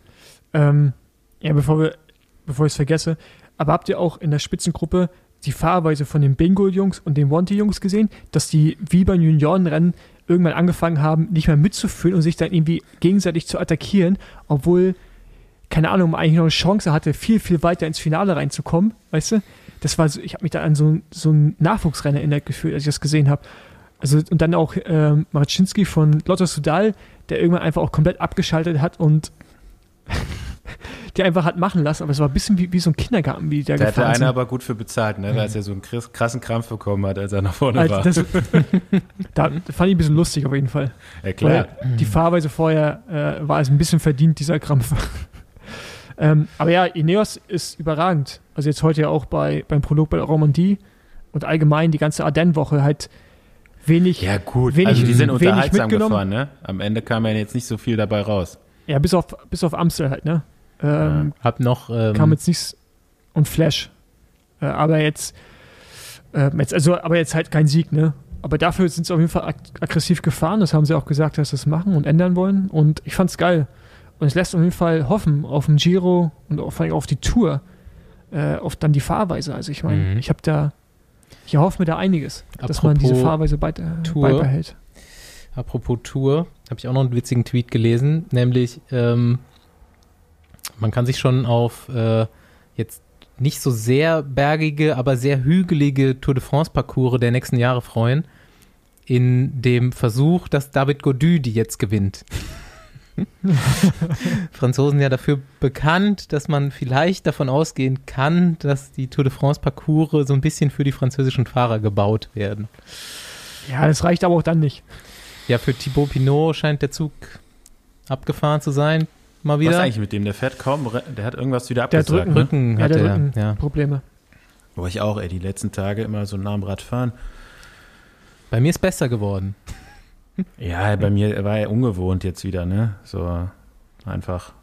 Ähm, ja, bevor wir, bevor ich es vergesse, aber habt ihr auch in der Spitzengruppe die Fahrweise von den Bingo-Jungs und den Wanty-Jungs gesehen, dass die wie beim Juniorenrennen irgendwann angefangen haben, nicht mehr mitzufühlen und sich dann irgendwie gegenseitig zu attackieren, obwohl, keine Ahnung, man eigentlich noch eine Chance hatte, viel, viel weiter ins Finale reinzukommen, weißt du? Das war so, ich habe mich da an so, so ein Nachwuchsrennen erinnert gefühlt, als ich das gesehen habe. Also und dann auch ähm, Marcinski von Lotto Soudal, der irgendwann einfach auch komplett abgeschaltet hat und die einfach hat machen lassen, aber es war ein bisschen wie, wie so ein Kindergarten, wie der da gefahren hat der sind. eine aber gut für bezahlt, ne? Weil er ja so einen krassen Krampf bekommen hat, als er nach vorne Also war. das, da fand ich ein bisschen lustig auf jeden Fall. Ja, klar. Weil die Fahrweise vorher äh, war es ein bisschen verdient, dieser Krampf. ähm, aber ja, Ineos ist überragend. Also jetzt heute ja auch bei, beim Prolog bei der Romandie und allgemein die ganze Ardennes-Woche halt wenig Ja gut, wenig, also die sind wenig unterhaltsam mitgenommen. gefahren, ne? Am Ende kam ja jetzt nicht so viel dabei raus. Ja, bis auf, bis auf Amstel halt, ne? Ähm, Hab noch ähm, kam jetzt nichts und Flash. Äh, aber jetzt, äh, jetzt, also, aber jetzt halt kein Sieg, ne? Aber dafür sind sie auf jeden Fall ag- aggressiv gefahren. Das haben sie auch gesagt, dass sie das machen und ändern wollen. Und ich fand's geil. Und es lässt auf jeden Fall hoffen auf den Giro und auch, vor allem auf die Tour, äh, auf dann die Fahrweise. Also ich meine, Mhm. ich habe da, ich erhoffe mir da einiges, dass Apropos man diese Fahrweise bei, äh, Tour. beibehält. Apropos Tour, habe ich auch noch einen witzigen Tweet gelesen, nämlich ähm, man kann sich schon auf äh, jetzt nicht so sehr bergige, aber sehr hügelige Tour de France-Parcours der nächsten Jahre freuen, in dem Versuch, dass David Gaudu die jetzt gewinnt. Franzosen ja dafür bekannt, dass man vielleicht davon ausgehen kann, dass die Tour de France-Parcours so ein bisschen für die französischen Fahrer gebaut werden. Ja, das reicht aber auch dann nicht. Ja, für Thibaut Pinot scheint der Zug abgefahren zu sein. Mal wieder. Was ist eigentlich mit dem? Der fährt kaum, der hat irgendwas wieder Der hat abgesagt. Rücken. Ne? Rücken Ja, hat der er. Rücken Ja. Probleme. Wo ich auch, ey, die letzten Tage immer so nah am Rad fahren. Bei mir ist besser geworden. Ja, bei mir war er ungewohnt jetzt wieder, ne? So einfach.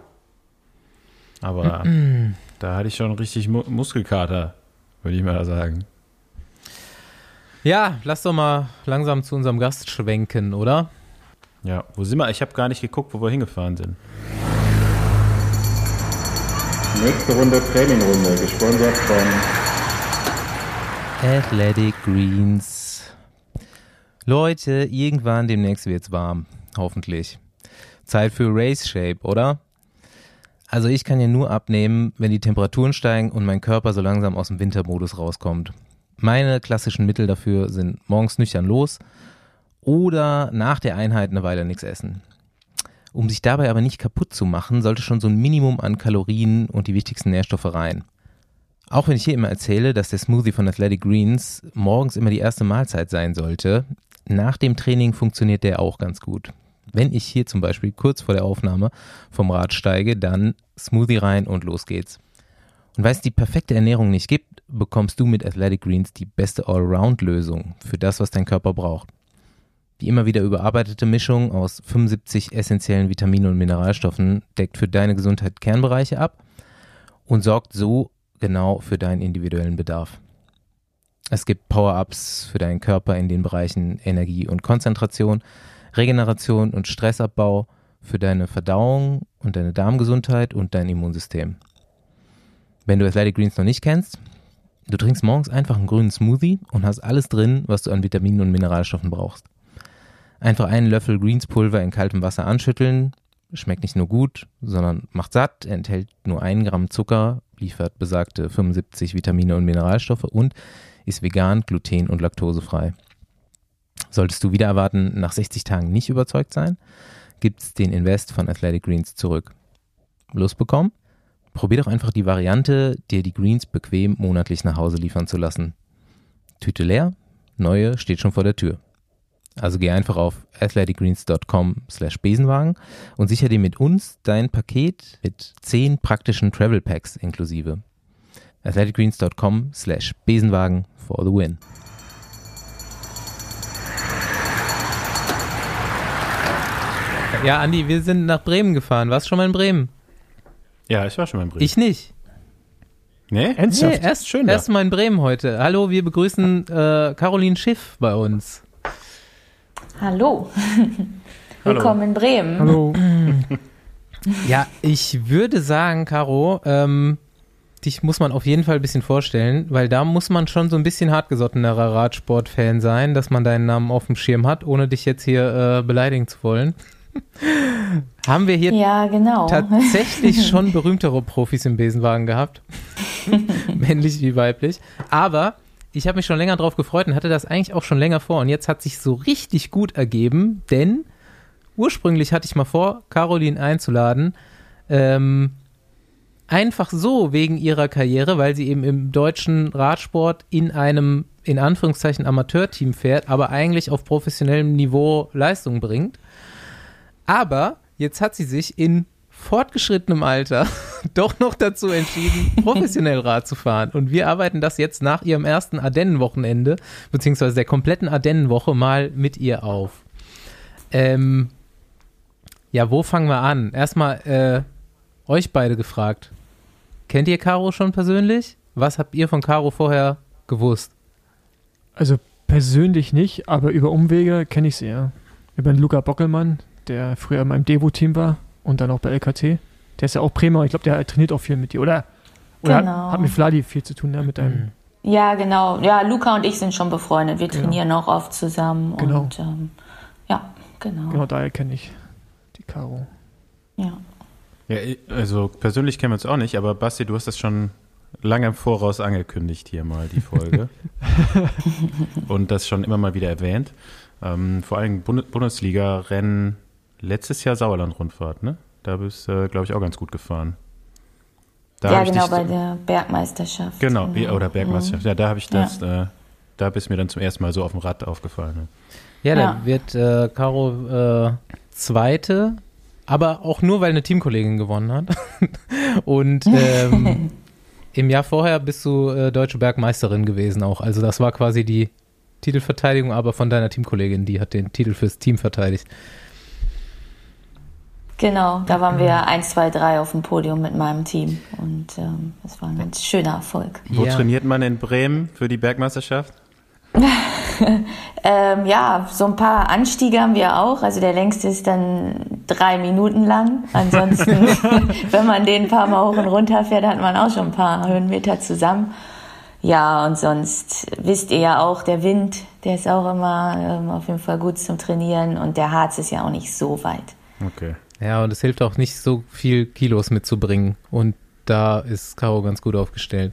Aber da hatte ich schon richtig Mu- Muskelkater, würde ich mal sagen. Ja, lass doch mal langsam zu unserem Gast schwenken, oder? Ja, wo sind wir? Ich habe gar nicht geguckt, wo wir hingefahren sind. Nächste Runde Trainingrunde, gesponsert von Athletic Greens. Leute, irgendwann demnächst wird's warm. Hoffentlich. Zeit für Race Shape, oder? Also ich kann ja nur abnehmen, wenn die Temperaturen steigen und mein Körper so langsam aus dem Wintermodus rauskommt. Meine klassischen Mittel dafür sind morgens nüchtern los oder nach der Einheit eine Weile nichts essen. Um sich dabei aber nicht kaputt zu machen, sollte schon so ein Minimum an Kalorien und die wichtigsten Nährstoffe rein. Auch wenn ich hier immer erzähle, dass der Smoothie von Athletic Greens morgens immer die erste Mahlzeit sein sollte, nach dem Training funktioniert der auch ganz gut. Wenn ich hier zum Beispiel kurz vor der Aufnahme vom Rad steige, dann Smoothie rein und los geht's. Und weil es die perfekte Ernährung nicht gibt, bekommst du mit Athletic Greens die beste Allround-Lösung für das, was dein Körper braucht. Die immer wieder überarbeitete Mischung aus fünfundsiebzig essentiellen Vitaminen und Mineralstoffen deckt für deine Gesundheit Kernbereiche ab und sorgt so genau für deinen individuellen Bedarf. Es gibt Power-Ups für deinen Körper in den Bereichen Energie und Konzentration, Regeneration und Stressabbau, für deine Verdauung und deine Darmgesundheit und dein Immunsystem. Wenn du Athletic Greens noch nicht kennst, du trinkst morgens einfach einen grünen Smoothie und hast alles drin, was du an Vitaminen und Mineralstoffen brauchst. Einfach einen Löffel Greenspulver in kaltem Wasser anschütteln, schmeckt nicht nur gut, sondern macht satt, enthält nur ein Gramm Zucker, liefert besagte fünfundsiebzig Vitamine und Mineralstoffe und ist vegan, gluten- und laktosefrei. Solltest du wieder erwarten, nach sechzig Tagen nicht überzeugt sein, gibt's den Invest von Athletic Greens zurück. Lust bekommen? Probier doch einfach die Variante, dir die Greens bequem monatlich nach Hause liefern zu lassen. Tüte leer, neue steht schon vor der Tür. Also geh einfach auf athleticgreens.com slash Besenwagen und sicher dir mit uns dein Paket mit zehn praktischen Travel Packs inklusive. athleticgreens.com slash Besenwagen for the win. Ja, Andi, wir sind nach Bremen gefahren. Warst du schon mal in Bremen? Ja, ich war schon mal in Bremen. Ich nicht. Nee? Ernsthaft? Nee, erst, Schön da. erst mal in Bremen heute. Hallo, wir begrüßen äh, Caroline Schiff bei uns. Hallo. Willkommen in Bremen. Hallo. Ja, ich würde sagen, Caro, ähm, dich muss man auf jeden Fall ein bisschen vorstellen, weil da muss man schon so ein bisschen hartgesottenerer Radsport-Fan sein, dass man deinen Namen auf dem Schirm hat, ohne dich jetzt hier äh, beleidigen zu wollen. Haben wir hier Ja, genau. tatsächlich schon berühmtere Profis im Besenwagen gehabt, männlich wie weiblich. Aber ich habe mich schon länger drauf gefreut und hatte das eigentlich auch schon länger vor. Und jetzt hat sich so richtig gut ergeben, denn ursprünglich hatte ich mal vor, Caroline einzuladen, ähm, einfach so wegen ihrer Karriere, weil sie eben im deutschen Radsport in einem, in Anführungszeichen, Amateurteam fährt, aber eigentlich auf professionellem Niveau Leistung bringt. Aber jetzt hat sie sich in fortgeschrittenem Alter doch noch dazu entschieden, professionell Rad zu fahren. Und wir arbeiten das jetzt nach ihrem ersten Ardennenwochenende, beziehungsweise der kompletten Ardennenwoche mal mit ihr auf. Ähm, ja, wo fangen wir an? Erstmal äh, euch beide gefragt. Kennt ihr Caro schon persönlich? Was habt ihr von Caro vorher gewusst? Also persönlich nicht, aber über Umwege kenne ich sie ja. Über den Luca Bockelmann, der früher in meinem Devo-Team war. Und dann auch bei L K T. Der ist ja auch Bremer. Ich glaube, der trainiert auch viel mit dir, oder? Oder genau. hat, hat mit Vladi viel zu tun, ne? Mit deinem. Ja, genau. Ja, Luca und ich sind schon befreundet. Wir genau. trainieren auch oft zusammen. Genau. Und ähm, ja, genau. Genau, daher kenne ich die Caro. Ja. Ja, also persönlich kennen wir uns auch nicht, aber Basti, du hast das schon lange im Voraus angekündigt hier mal, die Folge. Und das schon immer mal wieder erwähnt. Ähm, vor allem Bund- Bundesliga-Rennen. Letztes Jahr Sauerland-Rundfahrt, ne? Da bist du, äh, glaube ich, auch ganz gut gefahren. Da ja, genau, bei der Bergmeisterschaft. Genau, genau. oder Bergmeisterschaft. Ja, da habe ich das, ja. äh, da bist mir dann zum ersten Mal so auf dem Rad aufgefallen. Ne? Ja, ja, da wird äh, Caro äh, Zweite, aber auch nur, weil eine Teamkollegin gewonnen hat. Und ähm, im Jahr vorher bist du äh, deutsche Bergmeisterin gewesen auch. Also das war quasi die Titelverteidigung, aber von deiner Teamkollegin, die hat den Titel fürs Team verteidigt. Genau, da waren wir eins, zwei, drei auf dem Podium mit meinem Team und ähm, das war ein ganz schöner Erfolg. Wo ja. trainiert man in Bremen für die Bergmeisterschaft? ähm, ja, so ein paar Anstiege haben wir auch, also der längste ist dann drei Minuten lang. Ansonsten, wenn man den ein paar Mal hoch und runter fährt, hat man auch schon ein paar Höhenmeter zusammen. Ja, und sonst wisst ihr ja auch, der Wind, der ist auch immer ähm, auf jeden Fall gut zum Trainieren und der Harz ist ja auch nicht so weit. Okay. Ja, und es hilft auch nicht, so viel Kilos mitzubringen. Und da ist Caro ganz gut aufgestellt.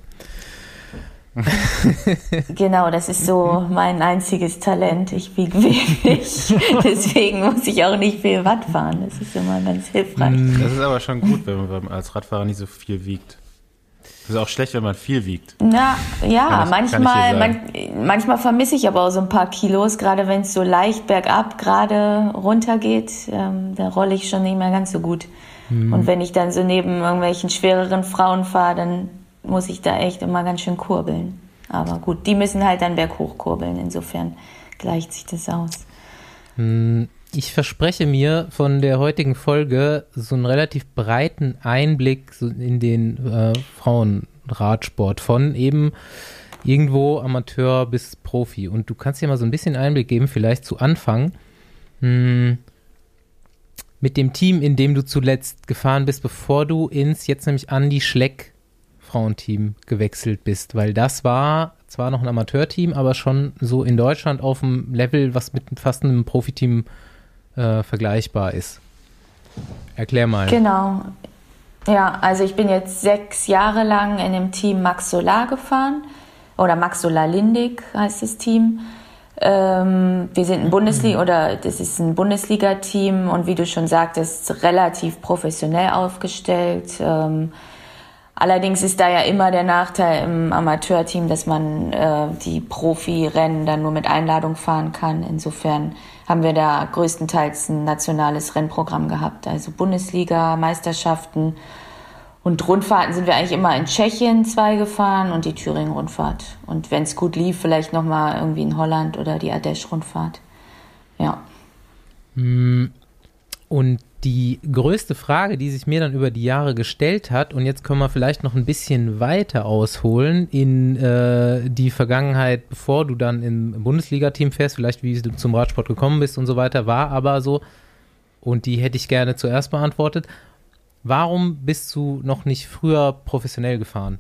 Genau, das ist so mein einziges Talent. Ich wiege wenig. Deswegen muss ich auch nicht viel Watt fahren. Das ist immer ganz hilfreich. Das ist aber schon gut, wenn man als Radfahrer nicht so viel wiegt. Das ist auch schlecht, wenn man viel wiegt. Na, ja, kann ich, manchmal, kann man, manchmal vermisse ich aber auch so ein paar Kilos, gerade wenn es so leicht bergab gerade runter geht, ähm, da rolle ich schon nicht mehr ganz so gut. Mhm. Und wenn ich dann so neben irgendwelchen schwereren Frauen fahre, dann muss ich da echt immer ganz schön kurbeln. Aber gut, die müssen halt dann berghoch kurbeln, insofern gleicht sich das aus. Ich verspreche mir von der heutigen Folge so einen relativ breiten Einblick so in den äh, Frauenradsport von eben irgendwo Amateur bis Profi. Und du kannst dir mal so ein bisschen Einblick geben, vielleicht zu Anfang, mh, mit dem Team, in dem du zuletzt gefahren bist, bevor du ins jetzt nämlich Andi Schleck Frauenteam gewechselt bist, weil das war zwar noch ein Amateurteam, aber schon so in Deutschland auf dem Level, was mit fast einem Profiteam äh, vergleichbar ist. Erklär mal. Genau. Ja, also ich bin jetzt sechs Jahre lang in dem Team Max Solar gefahren oder Max Solar Lindig heißt das Team. Ähm, wir sind ein Bundesliga oder das ist ein Bundesliga-Team und wie du schon sagtest, relativ professionell aufgestellt. Ähm, Allerdings ist da ja immer der Nachteil im Amateurteam, dass man äh, die Profirennen dann nur mit Einladung fahren kann. Insofern haben wir da größtenteils ein nationales Rennprogramm gehabt. Also Bundesliga, Meisterschaften und Rundfahrten sind wir eigentlich immer in Tschechien zwei gefahren und die Thüringen-Rundfahrt. Und wenn es gut lief, vielleicht nochmal irgendwie in Holland oder die Ardèche-Rundfahrt. Ja. Und die größte Frage, die sich mir dann über die Jahre gestellt hat, und jetzt können wir vielleicht noch ein bisschen weiter ausholen in äh, die Vergangenheit, bevor du dann im Bundesliga-Team fährst, vielleicht wie du zum Radsport gekommen bist und so weiter, war aber so, und die hätte ich gerne zuerst beantwortet, warum bist du noch nicht früher professionell gefahren?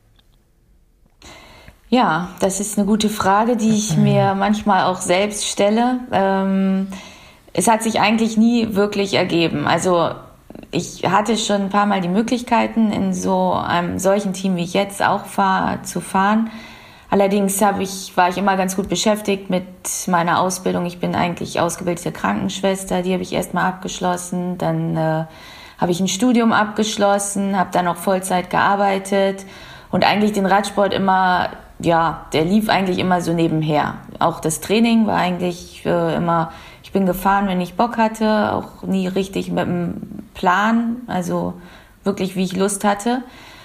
Ja, das ist eine gute Frage, die ich mir manchmal auch selbst stelle. Ähm, Es hat sich eigentlich nie wirklich ergeben. Also ich hatte schon ein paar Mal die Möglichkeiten, in so einem solchen Team wie ich jetzt auch fahre, zu fahren. Allerdings habe ich, war ich immer ganz gut beschäftigt mit meiner Ausbildung. Ich bin eigentlich ausgebildete Krankenschwester, die habe ich erstmal abgeschlossen. Dann äh, habe ich ein Studium abgeschlossen, habe dann noch Vollzeit gearbeitet und eigentlich den Radsport immer, ja, der lief eigentlich immer so nebenher. Auch das Training war eigentlich äh, immer, ich bin gefahren, wenn ich Bock hatte, auch nie richtig mit einem Plan, also wirklich, wie ich Lust hatte.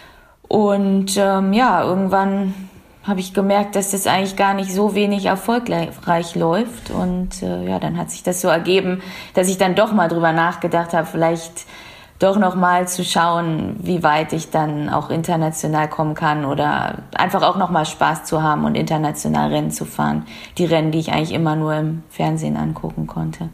Und ähm, ja, irgendwann habe ich gemerkt, dass das eigentlich gar nicht so wenig erfolgreich läuft. Und äh, ja, dann hat sich das so ergeben, dass ich dann doch mal drüber nachgedacht habe, vielleicht doch noch mal zu schauen, wie weit ich dann auch international kommen kann oder einfach auch noch mal Spaß zu haben und international Rennen zu fahren. Die Rennen, die ich eigentlich immer nur im Fernsehen angucken konnte.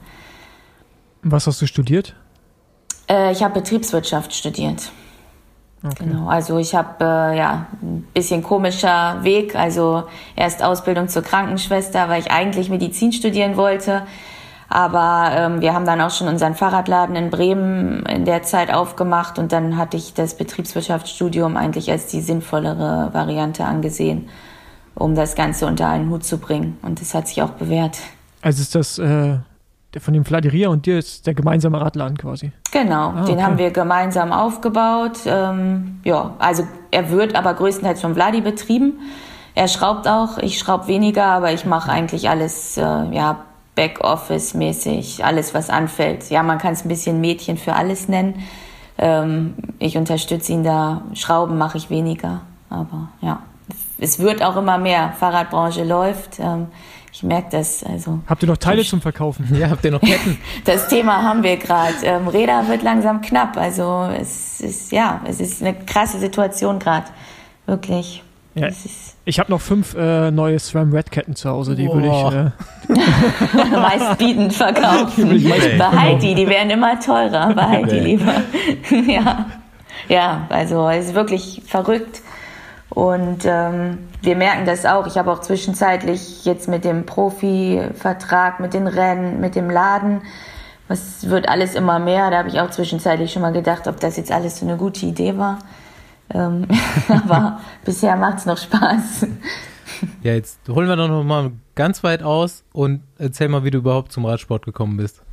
Was hast du studiert? Äh, ich habe Betriebswirtschaft studiert. Okay. Genau, also ich habe äh, ja ein bisschen komischer Weg, also erst Ausbildung zur Krankenschwester, weil ich eigentlich Medizin studieren wollte, aber ähm, wir haben dann auch schon unseren Fahrradladen in Bremen in der Zeit aufgemacht und dann hatte ich das Betriebswirtschaftsstudium eigentlich als die sinnvollere Variante angesehen, um das Ganze unter einen Hut zu bringen und das hat sich auch bewährt. Also ist das äh der von dem Vladiria und dir ist der gemeinsame Radladen quasi? Genau, ah, den okay. haben wir gemeinsam aufgebaut. Ähm, ja, also er wird aber größtenteils von Vladi betrieben. Er schraubt auch, ich schraube weniger, aber ich mache eigentlich alles, äh, ja, Backoffice-mäßig, alles, was anfällt. Ja, man kann es ein bisschen Mädchen für alles nennen. Ähm, ich unterstütze ihn da, Schrauben mache ich weniger, aber ja, es wird auch immer mehr. Fahrradbranche läuft. Ähm, Ich merke das. Also, habt ihr noch Teile zum Verkaufen? Ja, habt ihr noch Ketten? Das Thema haben wir gerade. Ähm, Räder wird langsam knapp. Also es ist, ja, es ist eine krasse Situation gerade. Wirklich. Ja, es ist ich habe noch fünf äh, neue SRAM-Red-Ketten zu Hause. Die oh. würde ich äh meistbietend verkaufen. Die Behalt die, die werden immer teurer. Behalt die lieber. ja. ja, also es ist wirklich verrückt. Und ähm, wir merken das auch. Ich habe auch zwischenzeitlich jetzt mit dem Profivertrag, mit den Rennen, mit dem Laden, was wird alles immer mehr. Da habe ich auch zwischenzeitlich schon mal gedacht, ob das jetzt alles so eine gute Idee war. Ähm, aber bisher macht es noch Spaß. Ja, jetzt holen wir doch noch mal ganz weit aus und erzähl mal, wie du überhaupt zum Radsport gekommen bist.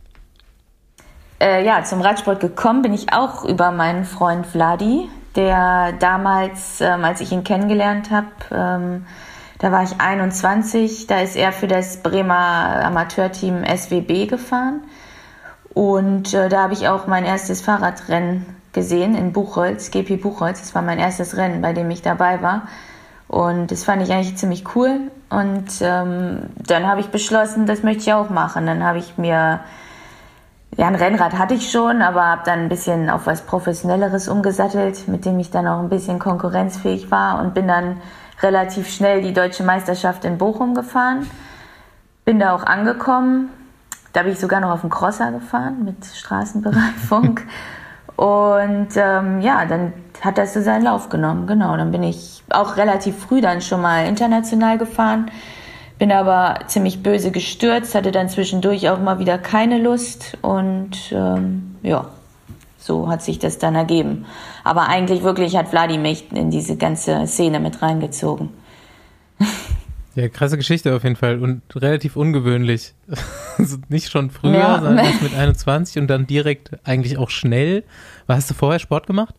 Äh, ja, zum Radsport gekommen bin ich auch über meinen Freund Vladi, der damals, ähm, als ich ihn kennengelernt habe, ähm, da war ich einundzwanzig, da ist er für das Bremer Amateurteam S W B gefahren und äh, da habe ich auch mein erstes Fahrradrennen gesehen in Buchholz, G P Buchholz, das war mein erstes Rennen, bei dem ich dabei war und das fand ich eigentlich ziemlich cool und ähm, dann habe ich beschlossen, das möchte ich auch machen, dann habe ich mir Ja, ein Rennrad hatte ich schon, aber habe dann ein bisschen auf was Professionelleres umgesattelt, mit dem ich dann auch ein bisschen konkurrenzfähig war und bin dann relativ schnell die Deutsche Meisterschaft in Bochum gefahren. Bin da auch angekommen. Da bin ich sogar noch auf dem Crosser gefahren mit Straßenbereifung. und ähm, ja, dann hat das so seinen Lauf genommen. Genau, dann bin ich auch relativ früh dann schon mal international gefahren. Bin aber ziemlich böse gestürzt, hatte dann zwischendurch auch mal wieder keine Lust und ähm, ja, so hat sich das dann ergeben. Aber eigentlich wirklich hat Vladi mich in diese ganze Szene mit reingezogen. Ja, krasse Geschichte auf jeden Fall und relativ ungewöhnlich. Also nicht schon früher, ja. sondern erst mit einundzwanzig und dann direkt eigentlich auch schnell. Hast du vorher Sport gemacht?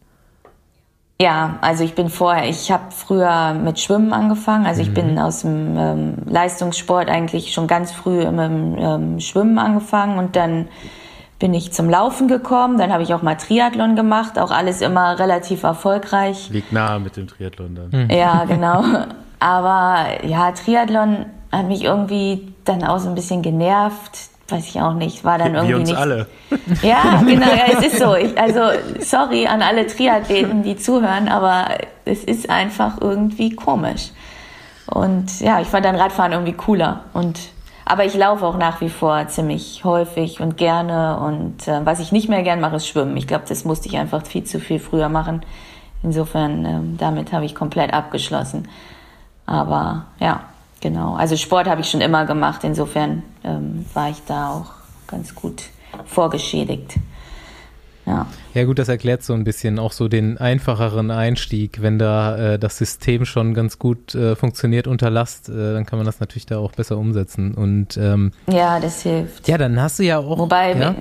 Ja, also ich bin vorher, ich habe früher mit Schwimmen angefangen, also ich mhm. bin aus dem ähm, Leistungssport eigentlich schon ganz früh mit dem ähm, Schwimmen angefangen und dann bin ich zum Laufen gekommen, dann habe ich auch mal Triathlon gemacht, auch alles immer relativ erfolgreich. Liegt nahe mit dem Triathlon dann. Mhm. Ja, genau, aber ja, Triathlon hat mich irgendwie dann auch so ein bisschen genervt. Weiß ich auch nicht, war dann irgendwie Wir uns nicht. alle. Ja, genau, ja, es ist so. Ich, also, sorry an alle Triathleten, die zuhören, aber es ist einfach irgendwie komisch. Und ja, ich fand dann Radfahren irgendwie cooler. Und, aber ich laufe auch nach wie vor ziemlich häufig und gerne. Und äh, was ich nicht mehr gern mache, ist Schwimmen. Ich glaube, das musste ich einfach viel zu viel früher machen. Insofern, ähm, damit habe ich komplett abgeschlossen. Aber ja. Genau, also Sport habe ich schon immer gemacht, insofern ähm, war ich da auch ganz gut vorgeschädigt. Ja. Ja gut, das erklärt so ein bisschen auch so den einfacheren Einstieg, wenn da äh, das System schon ganz gut äh, funktioniert unter Last, äh, dann kann man das natürlich da auch besser umsetzen und ähm, ja, das hilft. Ja, dann hast du ja auch... Wobei, ja,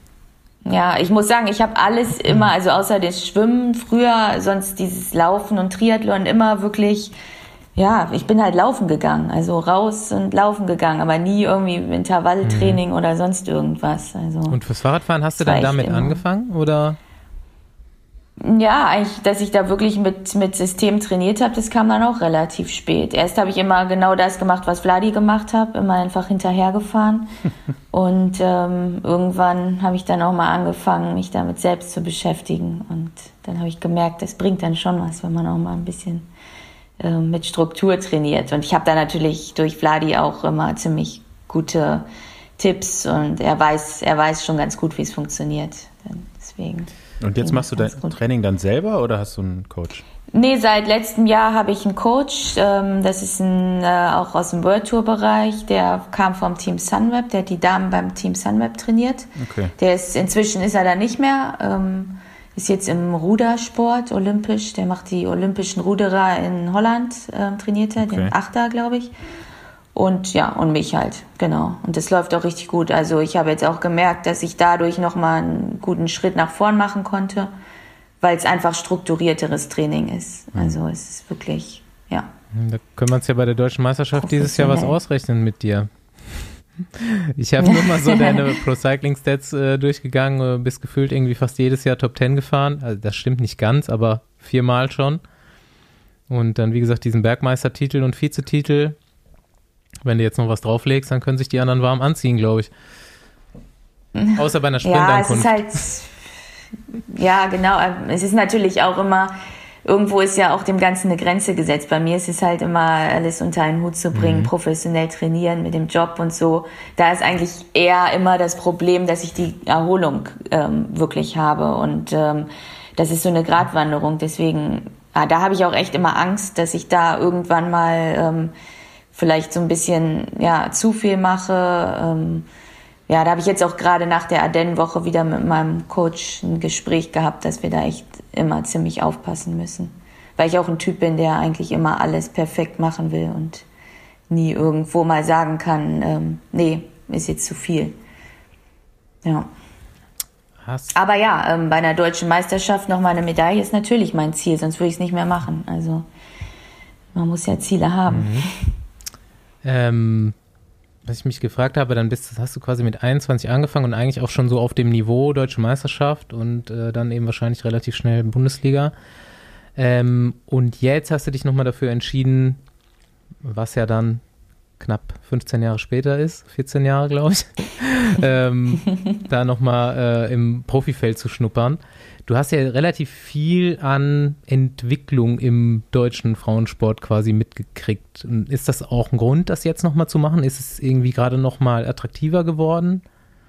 ja ich muss sagen, ich habe alles immer, also außer das Schwimmen früher, sonst dieses Laufen und Triathlon immer wirklich... Ja, ich bin halt laufen gegangen, also raus und laufen gegangen, aber nie irgendwie Intervalltraining mhm. oder sonst irgendwas. Also und fürs Fahrradfahren hast du dann damit immer angefangen, oder? Ja, eigentlich, dass ich da wirklich mit, mit System trainiert habe, das kam dann auch relativ spät. Erst habe ich immer genau das gemacht, was Vladi gemacht hat, immer einfach hinterhergefahren. Und ähm, irgendwann habe ich dann auch mal angefangen, mich damit selbst zu beschäftigen. Und dann habe ich gemerkt, das bringt dann schon was, wenn man auch mal ein bisschen mit Struktur trainiert. Und ich habe da natürlich durch Vladi auch immer ziemlich gute Tipps und er weiß, er weiß schon ganz gut, wie es funktioniert. Deswegen. Und jetzt machst du dein Training dann selber oder hast du einen Coach? Nee, seit letztem Jahr habe ich einen Coach. Das ist ein, auch aus dem World Tour Bereich. Der kam vom Team Sunweb. Der hat die Damen beim Team Sunweb trainiert. Okay. Der ist, inzwischen ist er da nicht mehr. Ist jetzt im Rudersport olympisch, der macht die olympischen Ruderer in Holland, äh, trainiert er, okay. Den Achter, glaube ich. Und ja, und mich halt, genau. Und das läuft auch richtig gut. Also ich habe jetzt auch gemerkt, dass ich dadurch nochmal einen guten Schritt nach vorn machen konnte, weil es einfach strukturierteres Training ist. Mhm. Also es ist wirklich, ja. Da können wir uns ja bei der Deutschen Meisterschaft dieses Jahr was ausrechnen mit dir. Ich habe nur mal so deine Pro-Cycling-Stats äh, durchgegangen, äh, bist gefühlt irgendwie fast jedes Jahr Top Ten gefahren. Also das stimmt nicht ganz, aber viermal schon. Und dann, wie gesagt, diesen Bergmeistertitel und Vizetitel. Wenn du jetzt noch was drauflegst, dann können sich die anderen warm anziehen, glaube ich. Außer bei einer Sprintankunft. Ja, es ist halt, ja, genau. Es ist natürlich auch immer... Irgendwo ist ja auch dem Ganzen eine Grenze gesetzt. Bei mir ist es halt immer, alles unter einen Hut zu bringen, mhm. professionell trainieren mit dem Job und so. Da ist eigentlich eher immer das Problem, dass ich die Erholung ähm, wirklich habe. Und ähm, das ist so eine Gratwanderung. Deswegen, ja, da habe ich auch echt immer Angst, dass ich da irgendwann mal ähm, vielleicht so ein bisschen ja, zu viel mache. Ähm, ja, da habe ich jetzt auch gerade nach der Ardennen-Woche wieder mit meinem Coach ein Gespräch gehabt, dass wir da echt immer ziemlich aufpassen müssen. Weil ich auch ein Typ bin, der eigentlich immer alles perfekt machen will und nie irgendwo mal sagen kann, ähm, nee, ist jetzt zu viel. Ja. Hast Aber ja, ähm, bei einer deutschen Meisterschaft nochmal eine Medaille ist natürlich mein Ziel, sonst würde ich es nicht mehr machen. Also man muss ja Ziele haben. Mhm. Ähm... Was ich mich gefragt habe, dann bist, hast du quasi mit einundzwanzig angefangen und eigentlich auch schon so auf dem Niveau Deutsche Meisterschaft und äh, dann eben wahrscheinlich relativ schnell Bundesliga. Ähm, und jetzt hast du dich nochmal dafür entschieden, was ja dann knapp fünfzehn Jahre später ist, vierzehn Jahre glaube ich, ähm, da nochmal äh, im Profifeld zu schnuppern. Du hast ja relativ viel an Entwicklung im deutschen Frauensport quasi mitgekriegt. Ist das auch ein Grund, das jetzt nochmal zu machen? Ist es irgendwie gerade nochmal attraktiver geworden?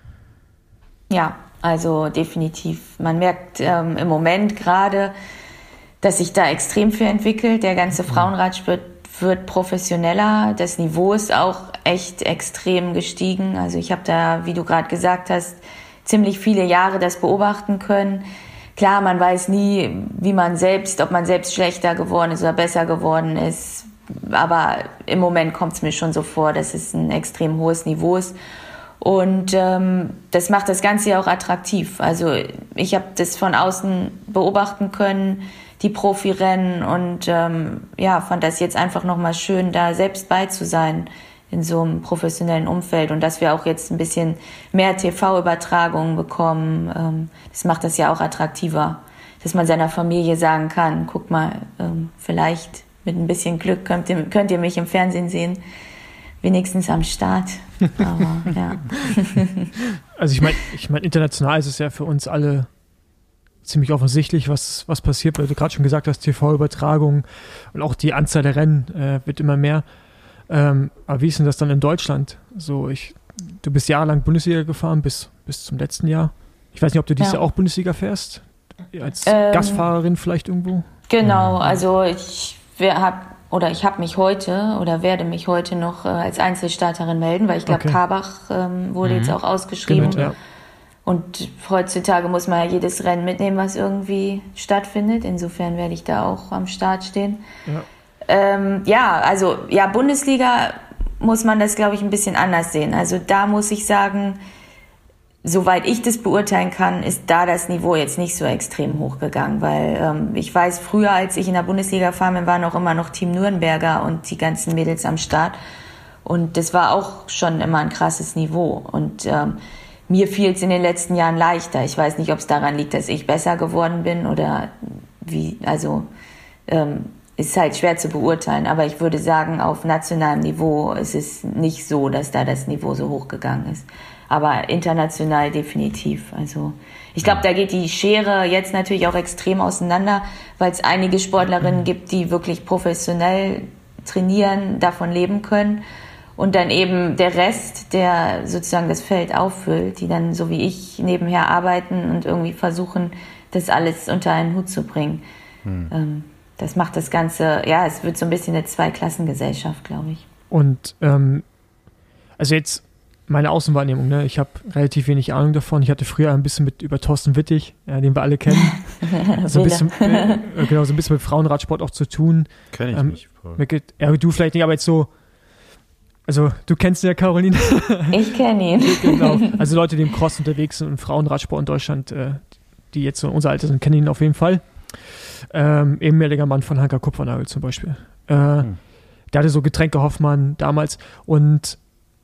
Ja, also definitiv. Man merkt ähm, im Moment gerade, dass sich da extrem viel entwickelt. Der ganze Frauenradsport wird professioneller. Das Niveau ist auch echt extrem gestiegen. Also ich habe da, wie du gerade gesagt hast, ziemlich viele Jahre das beobachten können. Klar, man weiß nie, wie man selbst, ob man selbst schlechter geworden ist oder besser geworden ist. Aber im Moment kommt es mir schon so vor, dass es ein extrem hohes Niveau ist. Und ähm, das macht das Ganze ja auch attraktiv. Also ich habe das von außen beobachten können, die Profirennen. Und ähm, ja, fand das jetzt einfach nochmal schön, da selbst bei zu sein in so einem professionellen Umfeld und dass wir auch jetzt ein bisschen mehr T V-Übertragungen bekommen, ähm, das macht das ja auch attraktiver, dass man seiner Familie sagen kann, guck mal, ähm, vielleicht mit ein bisschen Glück könnt ihr, könnt ihr mich im Fernsehen sehen, wenigstens am Start, aber ja. Also ich meine, ich mein, international ist es ja für uns alle ziemlich offensichtlich, was, was passiert, weil du gerade schon gesagt hast, T V-Übertragungen und auch die Anzahl der Rennen äh, wird immer mehr. Ähm, aber wie ist denn das dann in Deutschland? So, ich, du bist jahrelang Bundesliga gefahren, bis, bis zum letzten Jahr. Ich weiß nicht, ob du dieses ja. Jahr auch Bundesliga fährst? Als ähm, Gastfahrerin vielleicht irgendwo? Genau, also ich habe oder ich habe mich heute oder werde mich heute noch äh, als Einzelstarterin melden, weil ich glaube, okay. Karbach ähm, wurde mhm. jetzt auch ausgeschrieben. Genau, ja. Und heutzutage muss man ja jedes Rennen mitnehmen, was irgendwie stattfindet. Insofern werde ich da auch am Start stehen. Ja, ähm, ja also ja, Bundesliga muss man das, glaube ich, ein bisschen anders sehen. Also da muss ich sagen, soweit ich das beurteilen kann, ist da das Niveau jetzt nicht so extrem hochgegangen, weil ähm, ich weiß, früher, als ich in der Bundesliga gefahren bin, waren auch immer noch Team Nürnberger und die ganzen Mädels am Start. Und das war auch schon immer ein krasses Niveau. Und ähm, mir fiel es in den letzten Jahren leichter. Ich weiß nicht, ob es daran liegt, dass ich besser geworden bin oder wie, also ähm, ist halt schwer zu beurteilen. Aber ich würde sagen, auf nationalem Niveau ist es nicht so, dass da das Niveau so hochgegangen ist. Aber international definitiv. Also ich glaube, da geht die Schere jetzt natürlich auch extrem auseinander, weil es einige Sportlerinnen gibt, die wirklich professionell trainieren, davon leben können. Und dann eben der Rest, der sozusagen das Feld auffüllt, die dann so wie ich nebenher arbeiten und irgendwie versuchen, das alles unter einen Hut zu bringen. Hm. Ähm, das macht das Ganze, ja, es wird so ein bisschen eine Zweiklassengesellschaft, glaube ich. Und ähm, also jetzt meine Außenwahrnehmung, ne? Ich habe relativ wenig Ahnung davon. Ich hatte früher ein bisschen mit über Thorsten Wittig, ja, den wir alle kennen, so ein bisschen, äh, genau, so ein bisschen mit Frauenradsport auch zu tun. Kenn ich ähm, nicht. Mit, ja, du vielleicht nicht, aber jetzt so. Also, du kennst ihn ja, Caroline. Ich kenne ihn. Genau. Also Leute, die im Cross unterwegs sind und Frauenradsport in Deutschland, äh, die jetzt so unser Alter sind, kennen ihn auf jeden Fall. Ähm, ehemaliger Mann von Hanka Kupfernagel zum Beispiel. Äh, hm. Der hatte so Getränke Hoffmann damals und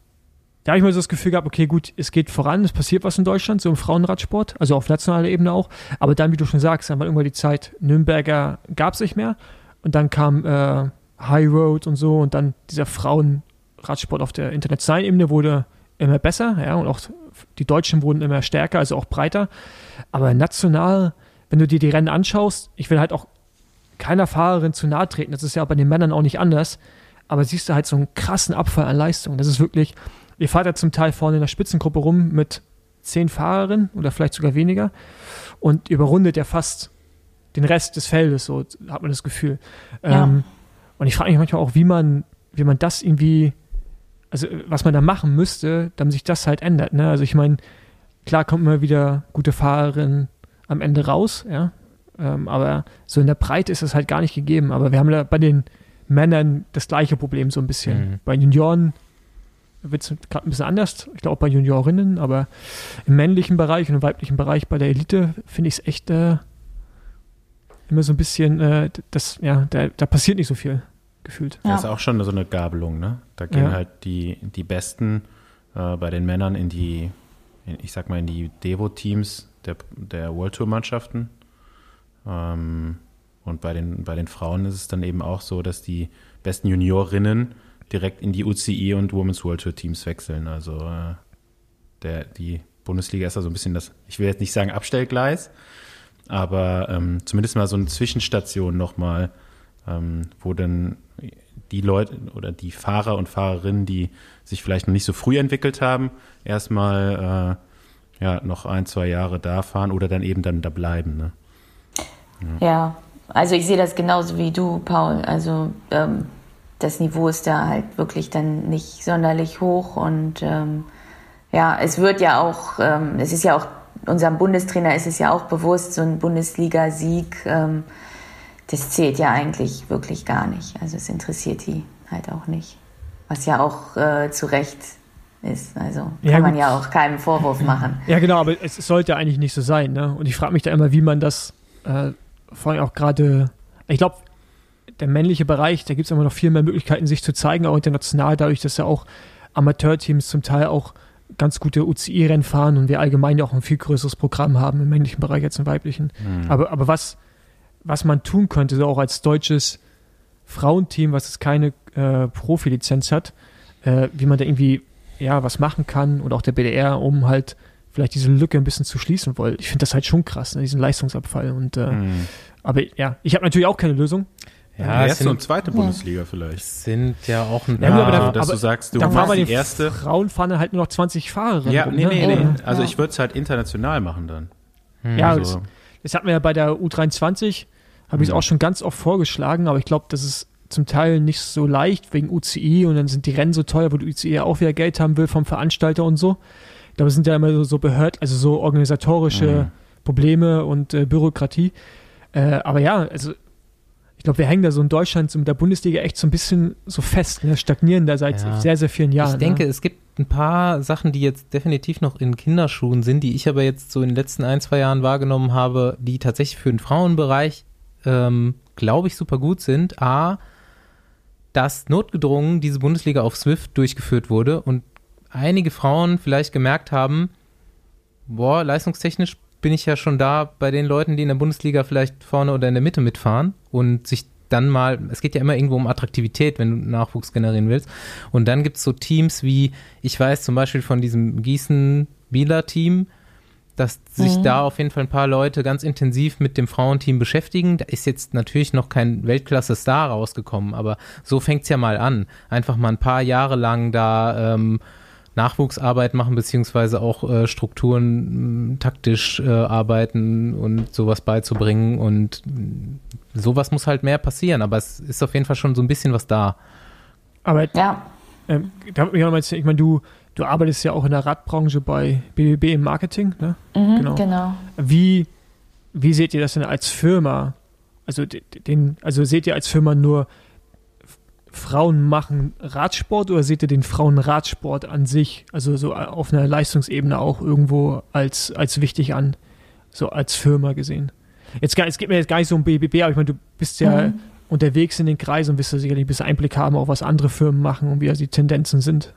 da habe ich mal so das Gefühl gehabt, okay, gut, es geht voran, es passiert was in Deutschland, so im Frauenradsport, also auf nationaler Ebene auch. Aber dann, wie du schon sagst, dann war irgendwann die Zeit, Nürnberger gab es nicht mehr und dann kam äh, High Road und so und dann dieser Frauen Radsport auf der internationalen Ebene wurde immer besser, ja, und auch die Deutschen wurden immer stärker, also auch breiter. Aber national, wenn du dir die Rennen anschaust, ich will halt auch keiner Fahrerin zu nahe treten, das ist ja bei den Männern auch nicht anders, aber siehst du halt so einen krassen Abfall an Leistung. Das ist wirklich, ihr fahrt ja zum Teil vorne in der Spitzengruppe rum mit zehn Fahrerinnen oder vielleicht sogar weniger und überrundet ja fast den Rest des Feldes, so hat man das Gefühl. Ja. Ähm, und ich frage mich manchmal auch, wie man, wie man das irgendwie, also was man da machen müsste, damit sich das halt ändert. Ne? Also ich meine, klar kommt immer wieder gute Fahrerin am Ende raus, ja, ähm, aber so in der Breite ist das halt gar nicht gegeben. Aber wir haben da bei den Männern das gleiche Problem so ein bisschen. Mhm. Bei Junioren wird es gerade ein bisschen anders, ich glaube auch bei Juniorinnen, aber im männlichen Bereich und im weiblichen Bereich bei der Elite finde ich es echt äh, immer so ein bisschen, äh, das, ja, da, da passiert nicht so viel. Gefühlt. Ja. Das ist auch schon so eine Gabelung, ne? Da gehen ja. halt die, die Besten äh, bei den Männern in die, in, ich sag mal, in die Devo-Teams der, der World Tour-Mannschaften. Ähm, und bei den, bei den Frauen ist es dann eben auch so, dass die besten Juniorinnen direkt in die U C I und Women's World Tour Teams wechseln. Also äh, der, die Bundesliga ist da so ein bisschen das, ich will jetzt nicht sagen Abstellgleis, aber ähm, zumindest mal so eine Zwischenstation nochmal, ähm, wo dann die Leute oder die Fahrer und Fahrerinnen, die sich vielleicht noch nicht so früh entwickelt haben, erstmal äh, ja, noch ein, zwei Jahre da fahren oder dann eben dann da bleiben. Ne? Ja. ja, also ich sehe das genauso wie du, Paul. Also ähm, das Niveau ist da halt wirklich dann nicht sonderlich hoch und ähm, ja, es wird ja auch, ähm, es ist ja auch, unserem Bundestrainer ist es ja auch bewusst, so ein Bundesliga-Sieg, ähm, das zählt ja eigentlich wirklich gar nicht. Also es interessiert die halt auch nicht. Was ja auch äh, zu Recht ist. Also kann ja, man ja auch keinen Vorwurf machen. Ja, genau, aber es sollte eigentlich nicht so sein. Ne? Und ich frage mich da immer, wie man das äh, vor allem auch gerade, ich glaube, der männliche Bereich, da gibt es immer noch viel mehr Möglichkeiten, sich zu zeigen, auch international, dadurch, dass ja auch Amateurteams zum Teil auch ganz gute U C I-Rennen fahren und wir allgemein ja auch ein viel größeres Programm haben im männlichen Bereich als im weiblichen. Mhm. Aber, aber was was man tun könnte, so auch als deutsches Frauenteam, was jetzt keine äh, Profilizenz hat, äh, wie man da irgendwie ja was machen kann und auch der B D R, um halt vielleicht diese Lücke ein bisschen zu schließen, weil ich finde das halt schon krass, ne, diesen Leistungsabfall. Und äh, mhm. aber ja, ich habe natürlich auch keine Lösung. Ja, erste und zweite ja. Bundesliga vielleicht. Sind ja auch ein ja, paar, aber da, dass aber, du sagst, du da machst die, die erste. Frauen fahren halt nur noch zwanzig Fahrerinnen. Ja, nee, nee, ne? nee. Also ja. ich würde es halt international machen dann. Hm. Ja, also. das, das hatten wir ja bei der U dreiundzwanzig, habe ich es hm. auch schon ganz oft vorgeschlagen, aber ich glaube, das ist zum Teil nicht so leicht wegen U C I und dann sind die Rennen so teuer, wo die U C I ja auch wieder Geld haben will vom Veranstalter und so. Ich glaube, es sind ja immer so, so Behörd, also so organisatorische mhm. Probleme und äh, Bürokratie. Äh, aber ja, also ich glaube, wir hängen da so in Deutschland so mit der Bundesliga echt so ein bisschen so fest, ne? Stagnieren da seit ja. sehr, sehr vielen Jahren. Ich denke, ne? es gibt ein paar Sachen, die jetzt definitiv noch in Kinderschuhen sind, die ich aber jetzt so in den letzten ein, zwei Jahren wahrgenommen habe, die tatsächlich für den Frauenbereich, ähm, glaube ich, super gut sind. A, dass notgedrungen diese Bundesliga auf Swift durchgeführt wurde und einige Frauen vielleicht gemerkt haben, boah, leistungstechnisch bin ich ja schon da bei den Leuten, die in der Bundesliga vielleicht vorne oder in der Mitte mitfahren und sich dann mal, es geht ja immer irgendwo um Attraktivität, wenn du Nachwuchs generieren willst. Und dann gibt es so Teams wie, ich weiß zum Beispiel von diesem Gießen-Bieler-Team, dass sich mhm. da auf jeden Fall ein paar Leute ganz intensiv mit dem Frauenteam beschäftigen. Da ist jetzt natürlich noch kein Weltklasse-Star rausgekommen, aber so fängt es ja mal an. Einfach mal ein paar Jahre lang da ähm, Nachwuchsarbeit machen, beziehungsweise auch äh, Strukturen äh, taktisch äh, arbeiten und sowas beizubringen und äh, sowas muss halt mehr passieren, aber es ist auf jeden Fall schon so ein bisschen was da. Aber ja. ähm, da, ich meine, du, du arbeitest ja auch in der Radbranche bei B B B im Marketing, ne? Mhm, genau. genau. Wie, wie seht ihr das denn als Firma? Also, den, also seht ihr als Firma nur Frauen machen Radsport oder seht ihr den Frauenradsport an sich, also so auf einer Leistungsebene auch irgendwo als, als wichtig an, so als Firma gesehen? Jetzt, es geht mir jetzt gar nicht so um B B B, aber ich meine, du bist ja mhm. unterwegs in den Kreisen und wirst da sicherlich ein bisschen Einblick haben, auch was andere Firmen machen und wie die Tendenzen sind.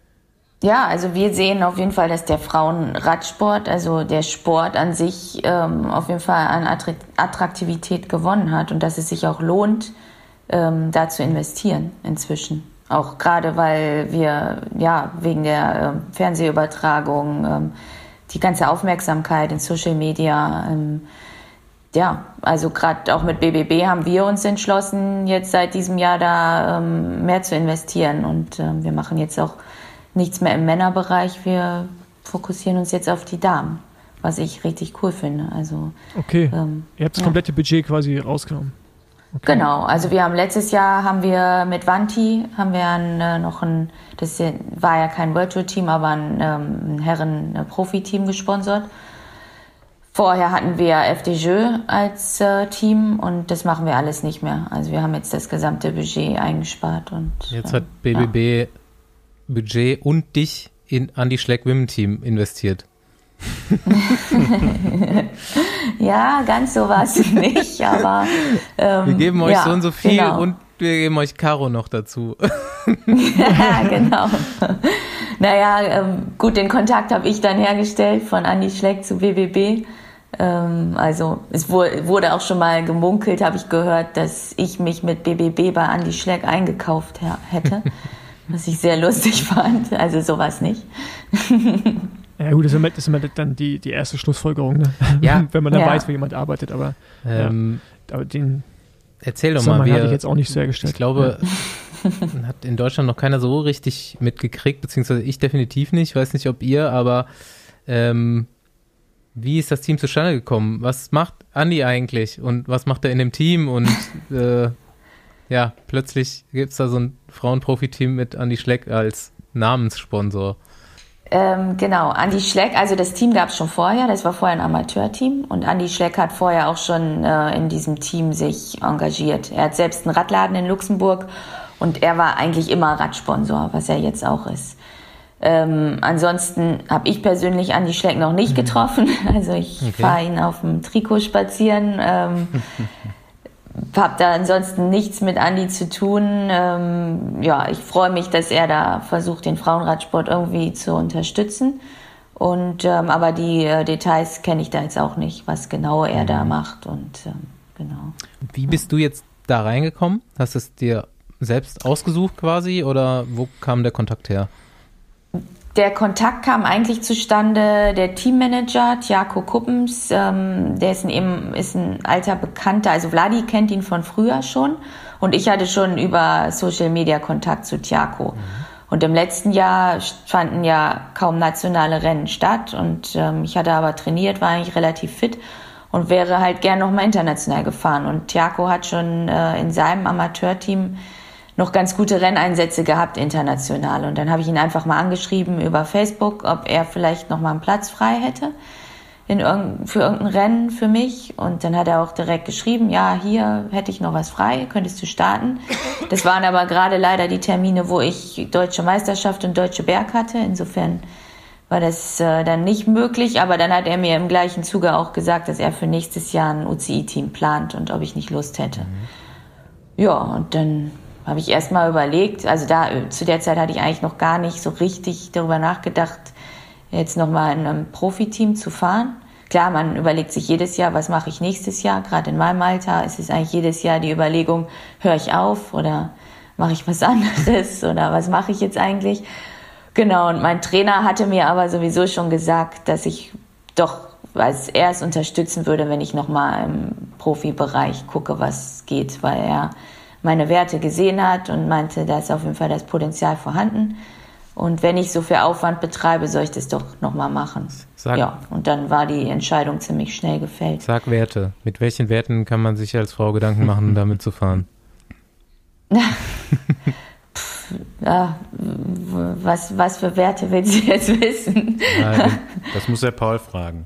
Ja, also wir sehen auf jeden Fall, dass der Frauenradsport, also der Sport an sich, ähm, auf jeden Fall an Attraktivität gewonnen hat und dass es sich auch lohnt, Ähm, da zu investieren inzwischen. Auch gerade, weil wir ja wegen der ähm, Fernsehübertragung ähm, die ganze Aufmerksamkeit in Social Media, ähm, ja, also gerade auch mit B B B haben wir uns entschlossen, jetzt seit diesem Jahr da ähm, mehr zu investieren und ähm, wir machen jetzt auch nichts mehr im Männerbereich, wir fokussieren uns jetzt auf die Damen, was ich richtig cool finde. Also, okay, ähm, ihr habt das ja. komplette Budget quasi rausgenommen. Okay. Genau, also wir haben letztes Jahr haben wir mit Vanti haben wir ein, äh, noch ein, das war ja kein World Tour Team, aber ein, ähm, ein Herren-Profi-Team gesponsert. Vorher hatten wir F D Jeux als äh, Team und das machen wir alles nicht mehr. Also wir haben jetzt das gesamte Budget eingespart und jetzt hat B B B ja. Budget und dich in Andi Schleck Women Team investiert. Ja, ganz so war es nicht, aber ähm, wir geben euch ja, so und so viel genau. und wir geben euch Caro noch dazu. Ja, genau. Naja, ähm, gut, den Kontakt habe ich dann hergestellt von Andi Schleck zu B B B. Ähm, also es wurde, wurde auch schon mal gemunkelt, habe ich gehört, dass ich mich mit B B B bei Andi Schleck eingekauft her- hätte, was ich sehr lustig fand. Also sowas nicht. Ja gut, das ist, das ist immer dann die, die erste Schlussfolgerung, ne? Ja. Wenn man dann ja. weiß, wie jemand arbeitet, aber, ähm, ja. aber den erzähl doch mal, wie hatte ich jetzt auch nicht so hergestellt. Ich glaube, ja. hat in Deutschland noch keiner so richtig mitgekriegt, beziehungsweise ich definitiv nicht, ich weiß nicht, ob ihr, aber ähm, wie ist das Team zustande gekommen? Was macht Andi eigentlich und was macht er in dem Team und äh, ja, plötzlich gibt es da so ein Frauenprofi-Team mit Andi Schleck als Namenssponsor. Ähm, genau, Andi Schleck, also das Team gab es schon vorher, das war vorher ein Amateurteam und Andi Schleck hat vorher auch schon äh, in diesem Team sich engagiert. Er hat selbst einen Radladen in Luxemburg und er war eigentlich immer Radsponsor, was er jetzt auch ist. Ähm, ansonsten habe ich persönlich Andi Schleck noch nicht getroffen, also ich okay. fahre ihn auf dem Trikot spazieren. Ähm, habe da ansonsten nichts mit Andi zu tun. Ähm, ja, ich freue mich, dass er da versucht, den Frauenradsport irgendwie zu unterstützen. Und ähm, aber die äh, Details kenne ich da jetzt auch nicht, was genau er da macht. Und ähm, genau. Wie bist du jetzt da reingekommen? Hast du es dir selbst ausgesucht quasi oder wo kam der Kontakt her? Der Kontakt kam eigentlich zustande, der Teammanager, Tjako Kuppens, ähm, der ist ein, ist ein alter Bekannter, also Vladi kennt ihn von früher schon und ich hatte schon über Social Media Kontakt zu Tjako. Mhm. Und im letzten Jahr fanden ja kaum nationale Rennen statt und ähm, ich hatte aber trainiert, war eigentlich relativ fit und wäre halt gern nochmal international gefahren. Und Tjako hat schon äh, in seinem Amateurteam noch ganz gute Renneinsätze gehabt international. Und dann habe ich ihn einfach mal angeschrieben über Facebook, ob er vielleicht nochmal einen Platz frei hätte in irgend, für irgendein Rennen für mich. Und dann hat er auch direkt geschrieben, ja, hier hätte ich noch was frei, könntest du starten. Das waren aber gerade leider die Termine, wo ich Deutsche Meisterschaft und Deutsche Berg hatte. Insofern war das äh, dann nicht möglich. Aber dann hat er mir im gleichen Zuge auch gesagt, dass er für nächstes Jahr ein U C I-Team plant und ob ich nicht Lust hätte. Mhm. Ja, und dann habe ich erst mal überlegt, also da zu der Zeit hatte ich eigentlich noch gar nicht so richtig darüber nachgedacht, jetzt nochmal in einem Profiteam zu fahren. Klar, man überlegt sich jedes Jahr, was mache ich nächstes Jahr? Gerade in meinem Alter ist es eigentlich jedes Jahr die Überlegung, höre ich auf oder mache ich was anderes oder was mache ich jetzt eigentlich? Genau, und mein Trainer hatte mir aber sowieso schon gesagt, dass ich doch als er es unterstützen würde, wenn ich nochmal im Profibereich gucke, was geht, weil er meine Werte gesehen hat und meinte, da ist auf jeden Fall das Potenzial vorhanden. Und wenn ich so viel Aufwand betreibe, soll ich das doch nochmal machen. Sag, ja, und dann war die Entscheidung ziemlich schnell gefällt. Sag Werte. Mit welchen Werten kann man sich als Frau Gedanken machen, damit zu fahren? Pff, ja, was, was für Werte willst du jetzt wissen? Ja, das muss der Paul fragen.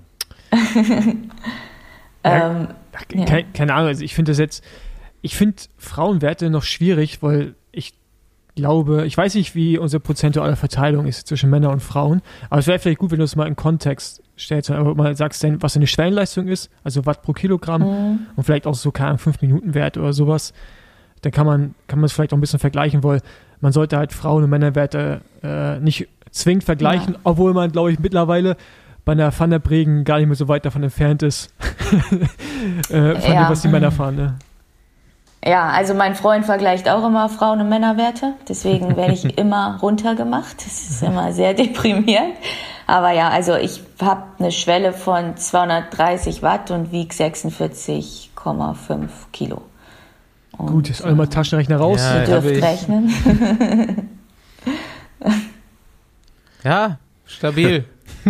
ähm, ja, keine, keine Ahnung, also ich finde das jetzt Ich finde Frauenwerte noch schwierig, weil ich glaube, ich weiß nicht, wie unsere prozentuale Verteilung ist zwischen Männern und Frauen, aber es wäre vielleicht gut, wenn du es mal in Kontext stellst und mal sagst, was eine Schwellenleistung ist, also Watt pro Kilogramm mhm. und vielleicht auch so, keine Ahnung, fünf Minuten Wert oder sowas. Dann kann man kann man es vielleicht auch ein bisschen vergleichen, weil man sollte halt Frauen- und Männerwerte äh, nicht zwingend vergleichen, ja. Obwohl man, glaube ich, mittlerweile bei einer Van der Breggen gar nicht mehr so weit davon entfernt ist, äh, von ja. dem, was die Männer fahren, ne? Ja, also mein Freund vergleicht auch immer Frauen- und Männerwerte, deswegen werde ich immer runtergemacht. Das ist immer sehr deprimierend. Aber ja, also ich habe eine Schwelle von zweihundertdreißig Watt und wiege sechsundvierzig Komma fünf Kilo. Und gut, jetzt einmal Taschenrechner raus. Ja, ihr dürft rechnen. Ja, stabil.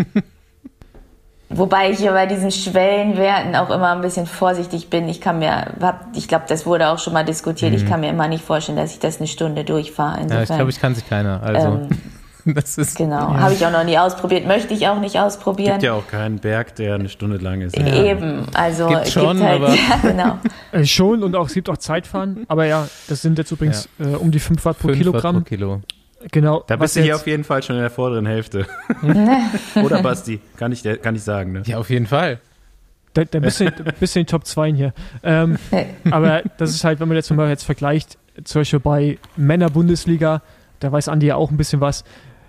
Wobei ich hier bei diesen Schwellenwerten auch immer ein bisschen vorsichtig bin. Ich kann mir, hab, ich glaube, das wurde auch schon mal diskutiert, mhm. ich kann mir immer nicht vorstellen, dass ich das eine Stunde durchfahre. Insofern, ja, ich glaube, ich kann sich keiner. Also, ähm, das ist, genau, ja. Habe ich auch noch nie ausprobiert, möchte ich auch nicht ausprobieren. Es gibt ja auch keinen Berg, der eine Stunde lang ist. Ja. Eben, also gibt schon, gibt halt, aber ja, genau. äh, schon und auch es gibt auch Zeitfahren, aber ja, das sind jetzt übrigens ja. äh, um die fünf Watt pro fünf Kilogramm. Watt pro Kilo. Genau. Da bist du hier auf jeden Fall schon in der vorderen Hälfte. Oder Basti? Kann ich, kann ich sagen, ne? Ja, auf jeden Fall. Da, da bist du in den Top zwei hier. Ähm, aber das ist halt, wenn man jetzt mal jetzt vergleicht, zum Beispiel bei Männer-Bundesliga, da weiß Andi ja auch ein bisschen was,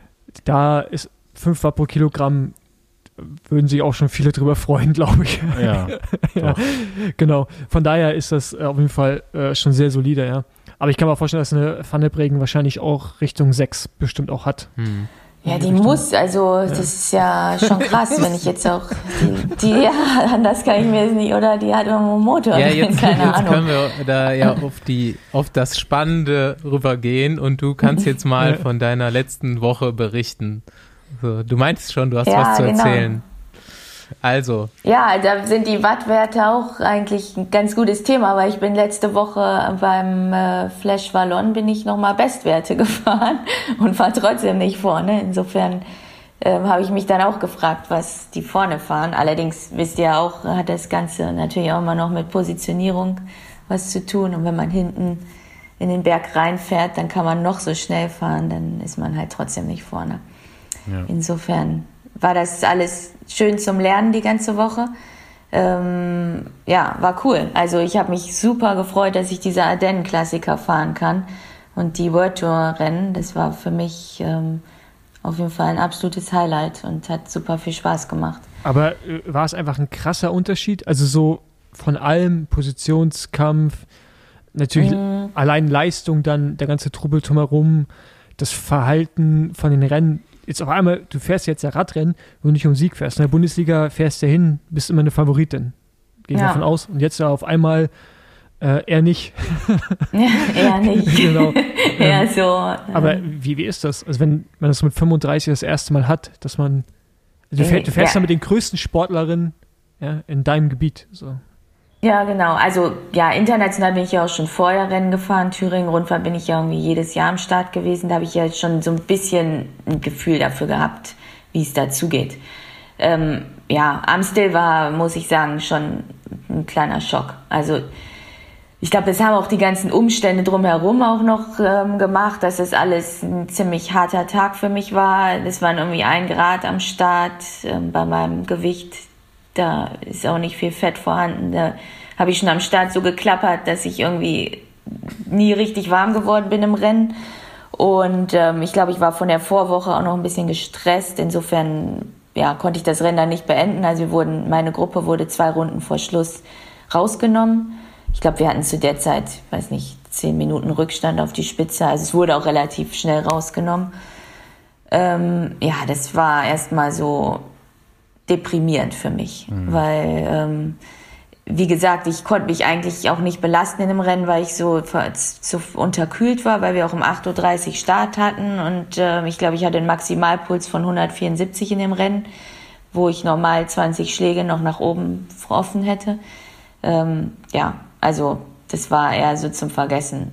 da ist fünf Watt pro Kilogramm, würden sich auch schon viele drüber freuen, glaube ich. Ja, ja, genau. Von daher ist das auf jeden Fall äh, schon sehr solide, ja. Aber ich kann mir vorstellen, dass eine Van der Breggen wahrscheinlich auch Richtung sechs bestimmt auch hat. Hm. Ja, die muss, also das ja. ist ja schon krass, wenn ich jetzt auch, die, die ja, anders kann ich mir das nicht, oder? Die hat immer einen Motor, ja, jetzt, keine jetzt Ahnung. können wir da ja auf, die, auf das Spannende rübergehen und du kannst jetzt mal ja. von deiner letzten Woche berichten. So, du meintest schon, du hast ja, was zu genau. erzählen. Also. Ja, da sind die Wattwerte auch eigentlich ein ganz gutes Thema, weil ich bin letzte Woche beim äh, Flash Wallon bin ich nochmal Bestwerte gefahren und war trotzdem nicht vorne. Insofern äh, habe ich mich dann auch gefragt, was die vorne fahren. Allerdings wisst ihr auch, hat das Ganze natürlich auch immer noch mit Positionierung was zu tun. Und wenn man hinten in den Berg reinfährt, dann kann man noch so schnell fahren, dann ist man halt trotzdem nicht vorne. Ja. Insofern war das alles schön zum Lernen die ganze Woche. Ähm, ja, war cool. Also ich habe mich super gefreut, dass ich diese Ardennen-Klassiker fahren kann und die World Tour-Rennen. Das war für mich ähm, auf jeden Fall ein absolutes Highlight und hat super viel Spaß gemacht. Aber äh, war es einfach ein krasser Unterschied? Also so von allem, Positionskampf, natürlich mm. allein Leistung, dann der ganze Trubel drumherum, das Verhalten von den Rennen. Jetzt auf einmal, du fährst jetzt ja Radrennen, wo du nicht um Sieg fährst. In der Bundesliga fährst du ja hin, bist immer eine Favoritin. Gehe ich ja. davon aus. Und jetzt ja auf einmal äh, eher nicht. Ja, eher nicht. Genau. Eher ähm, so. Aber wie, wie ist das? Also wenn man das mit fünfunddreißig das erste Mal hat, dass man, also du, fährst, du fährst ja. dann mit den größten Sportlerinnen ja, in deinem Gebiet. So. Ja, genau. Also ja, international bin ich ja auch schon vorher Rennen gefahren. Thüringen-Rundfahrt bin ich ja irgendwie jedes Jahr am Start gewesen. Da habe ich ja schon so ein bisschen ein Gefühl dafür gehabt, wie es dazugeht. Ähm, ja, Amstel war, muss ich sagen, schon ein kleiner Schock. Also ich glaube, das haben auch die ganzen Umstände drumherum auch noch ähm, gemacht, dass das alles ein ziemlich harter Tag für mich war. Es waren irgendwie ein Grad am Start ähm, bei meinem Gewicht. Da ist auch nicht viel Fett vorhanden. Da habe ich schon am Start so geklappert, dass ich irgendwie nie richtig warm geworden bin im Rennen. Und ähm, ich glaube, ich war von der Vorwoche auch noch ein bisschen gestresst. Insofern ja, konnte ich das Rennen dann nicht beenden. Also wir wurden, meine Gruppe wurde zwei Runden vor Schluss rausgenommen. Ich glaube, wir hatten zu der Zeit, weiß nicht, zehn Minuten Rückstand auf die Spitze. Also es wurde auch relativ schnell rausgenommen. Ähm, ja, das war erstmal so deprimierend für mich, mhm. weil, ähm, wie gesagt, ich konnte mich eigentlich auch nicht belasten in dem Rennen, weil ich so, so unterkühlt war, weil wir auch um acht Uhr dreißig Start hatten und äh, ich glaube, ich hatte einen Maximalpuls von hundertvierundsiebzig in dem Rennen, wo ich normal zwanzig Schläge noch nach oben offen hätte. Ähm, ja, also das war eher so zum Vergessen.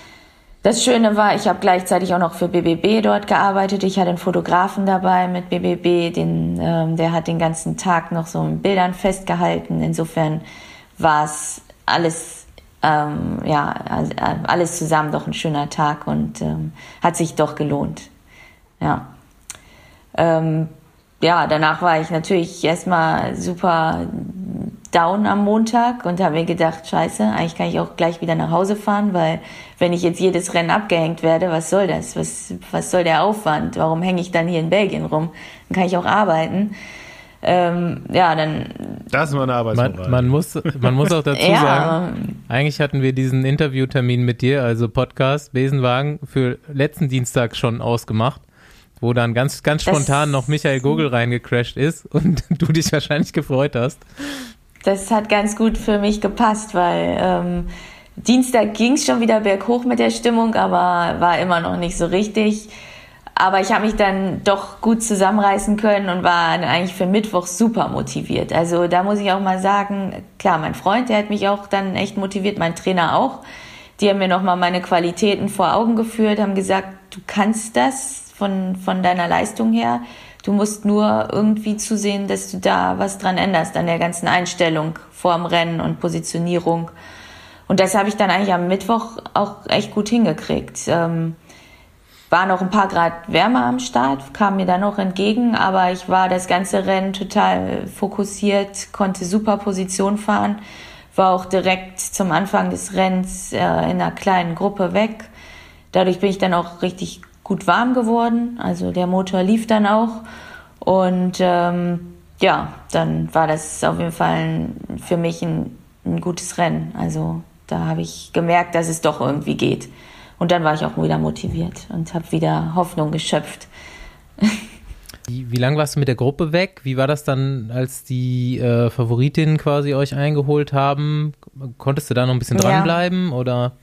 Das Schöne war, ich habe gleichzeitig auch noch für B B B dort gearbeitet. Ich hatte einen Fotografen dabei mit B B B, den, ähm, der hat den ganzen Tag noch so in Bildern festgehalten. Insofern war es alles, ähm, ja, alles zusammen doch ein schöner Tag und ähm, hat sich doch gelohnt. Ja. Ähm, ja, danach war ich natürlich erstmal super down am Montag und habe mir gedacht, scheiße, eigentlich kann ich auch gleich wieder nach Hause fahren, weil wenn ich jetzt jedes Rennen abgehängt werde, was soll das? Was, was soll der Aufwand? Warum hänge ich dann hier in Belgien rum? Dann kann ich auch arbeiten. Ähm, ja, dann... Das ist mal eine Arbeitsmoral. Man, man, muss, man muss auch dazu ja. sagen, eigentlich hatten wir diesen Interviewtermin mit dir, also Podcast Besenwagen, für letzten Dienstag schon ausgemacht, wo dann ganz, ganz spontan das, noch Michael Gogel reingecrasht ist und du dich wahrscheinlich gefreut hast. Das hat ganz gut für mich gepasst, weil ähm, Dienstag ging es schon wieder berghoch mit der Stimmung, aber war immer noch nicht so richtig. Aber ich habe mich dann doch gut zusammenreißen können und war eigentlich für Mittwoch super motiviert. Also da muss ich auch mal sagen, klar, mein Freund, der hat mich auch dann echt motiviert, mein Trainer auch. Die haben mir nochmal meine Qualitäten vor Augen geführt, haben gesagt, du kannst das von, von deiner Leistung her. Du musst nur irgendwie zusehen, dass du da was dran änderst an der ganzen Einstellung vorm Rennen und Positionierung. Und das habe ich dann eigentlich am Mittwoch auch echt gut hingekriegt. Ähm, war noch ein paar Grad wärmer am Start, kam mir dann noch entgegen, aber ich war das ganze Rennen total fokussiert, konnte super Position fahren, war auch direkt zum Anfang des Rennens äh, in einer kleinen Gruppe weg. Dadurch bin ich dann auch richtig gut warm geworden, also der Motor lief dann auch und ähm, ja, dann war das auf jeden Fall ein, für mich ein, ein gutes Rennen. Also da habe ich gemerkt, dass es doch irgendwie geht und dann war ich auch wieder motiviert und habe wieder Hoffnung geschöpft. Wie, wie lange warst du mit der Gruppe weg? Wie war das dann, als die äh, Favoritinnen quasi euch eingeholt haben? Konntest du da noch ein bisschen dranbleiben ja. oder?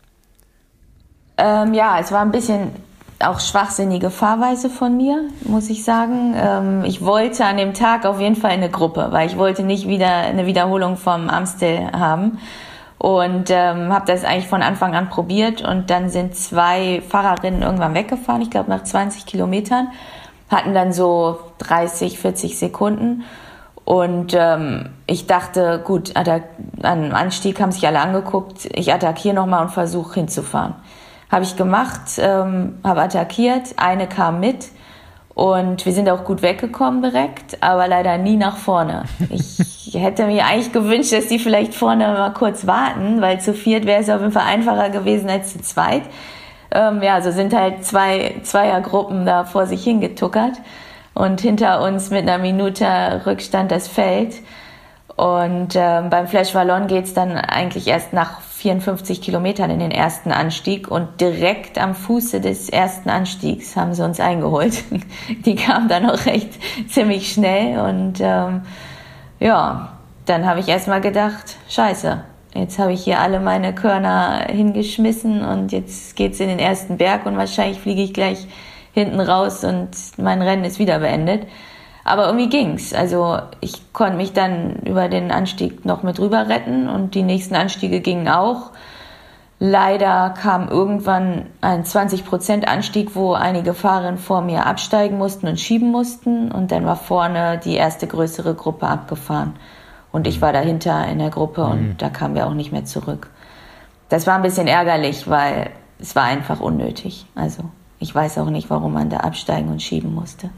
Ähm, ja, es war ein bisschen auch schwachsinnige Fahrweise von mir, muss ich sagen. Ähm, ich wollte an dem Tag auf jeden Fall eine Gruppe, weil ich wollte nicht wieder eine Wiederholung vom Amstel haben und ähm, habe das eigentlich von Anfang an probiert und dann sind zwei Fahrerinnen irgendwann weggefahren, ich glaube nach zwanzig Kilometern, hatten dann so dreißig, vierzig Sekunden und ähm, ich dachte, gut, attack- am Anstieg haben sich alle angeguckt, ich attackiere nochmal und versuche hinzufahren. Habe ich gemacht, ähm, habe attackiert, eine kam mit und wir sind auch gut weggekommen direkt, aber leider nie nach vorne. Ich hätte mir eigentlich gewünscht, dass die vielleicht vorne mal kurz warten, weil zu viert wäre es auf jeden Fall einfacher gewesen als zu zweit. Ähm, ja, so sind halt zwei Zweiergruppen da vor sich hingetuckert und hinter uns mit einer Minute Rückstand das Feld. Und ähm, beim Flèche Wallonne geht's dann eigentlich erst nach vierundfünfzig Kilometern in den ersten Anstieg und direkt am Fuße des ersten Anstiegs haben sie uns eingeholt. Die kamen dann auch echt ziemlich schnell und ähm, ja, dann habe ich erstmal gedacht, scheiße, jetzt habe ich hier alle meine Körner hingeschmissen und jetzt geht's in den ersten Berg und wahrscheinlich fliege ich gleich hinten raus und mein Rennen ist wieder beendet. Aber irgendwie ging's. Also ich konnte mich dann über den Anstieg noch mit rüber retten und die nächsten Anstiege gingen auch. Leider kam irgendwann ein zwanzig Prozent Anstieg, wo einige Fahrerinnen vor mir absteigen mussten und schieben mussten. Und dann war vorne die erste größere Gruppe abgefahren. Und ich war dahinter in der Gruppe und mhm. da kamen wir auch nicht mehr zurück. Das war ein bisschen ärgerlich, weil es war einfach unnötig. Also ich weiß auch nicht, warum man da absteigen und schieben musste.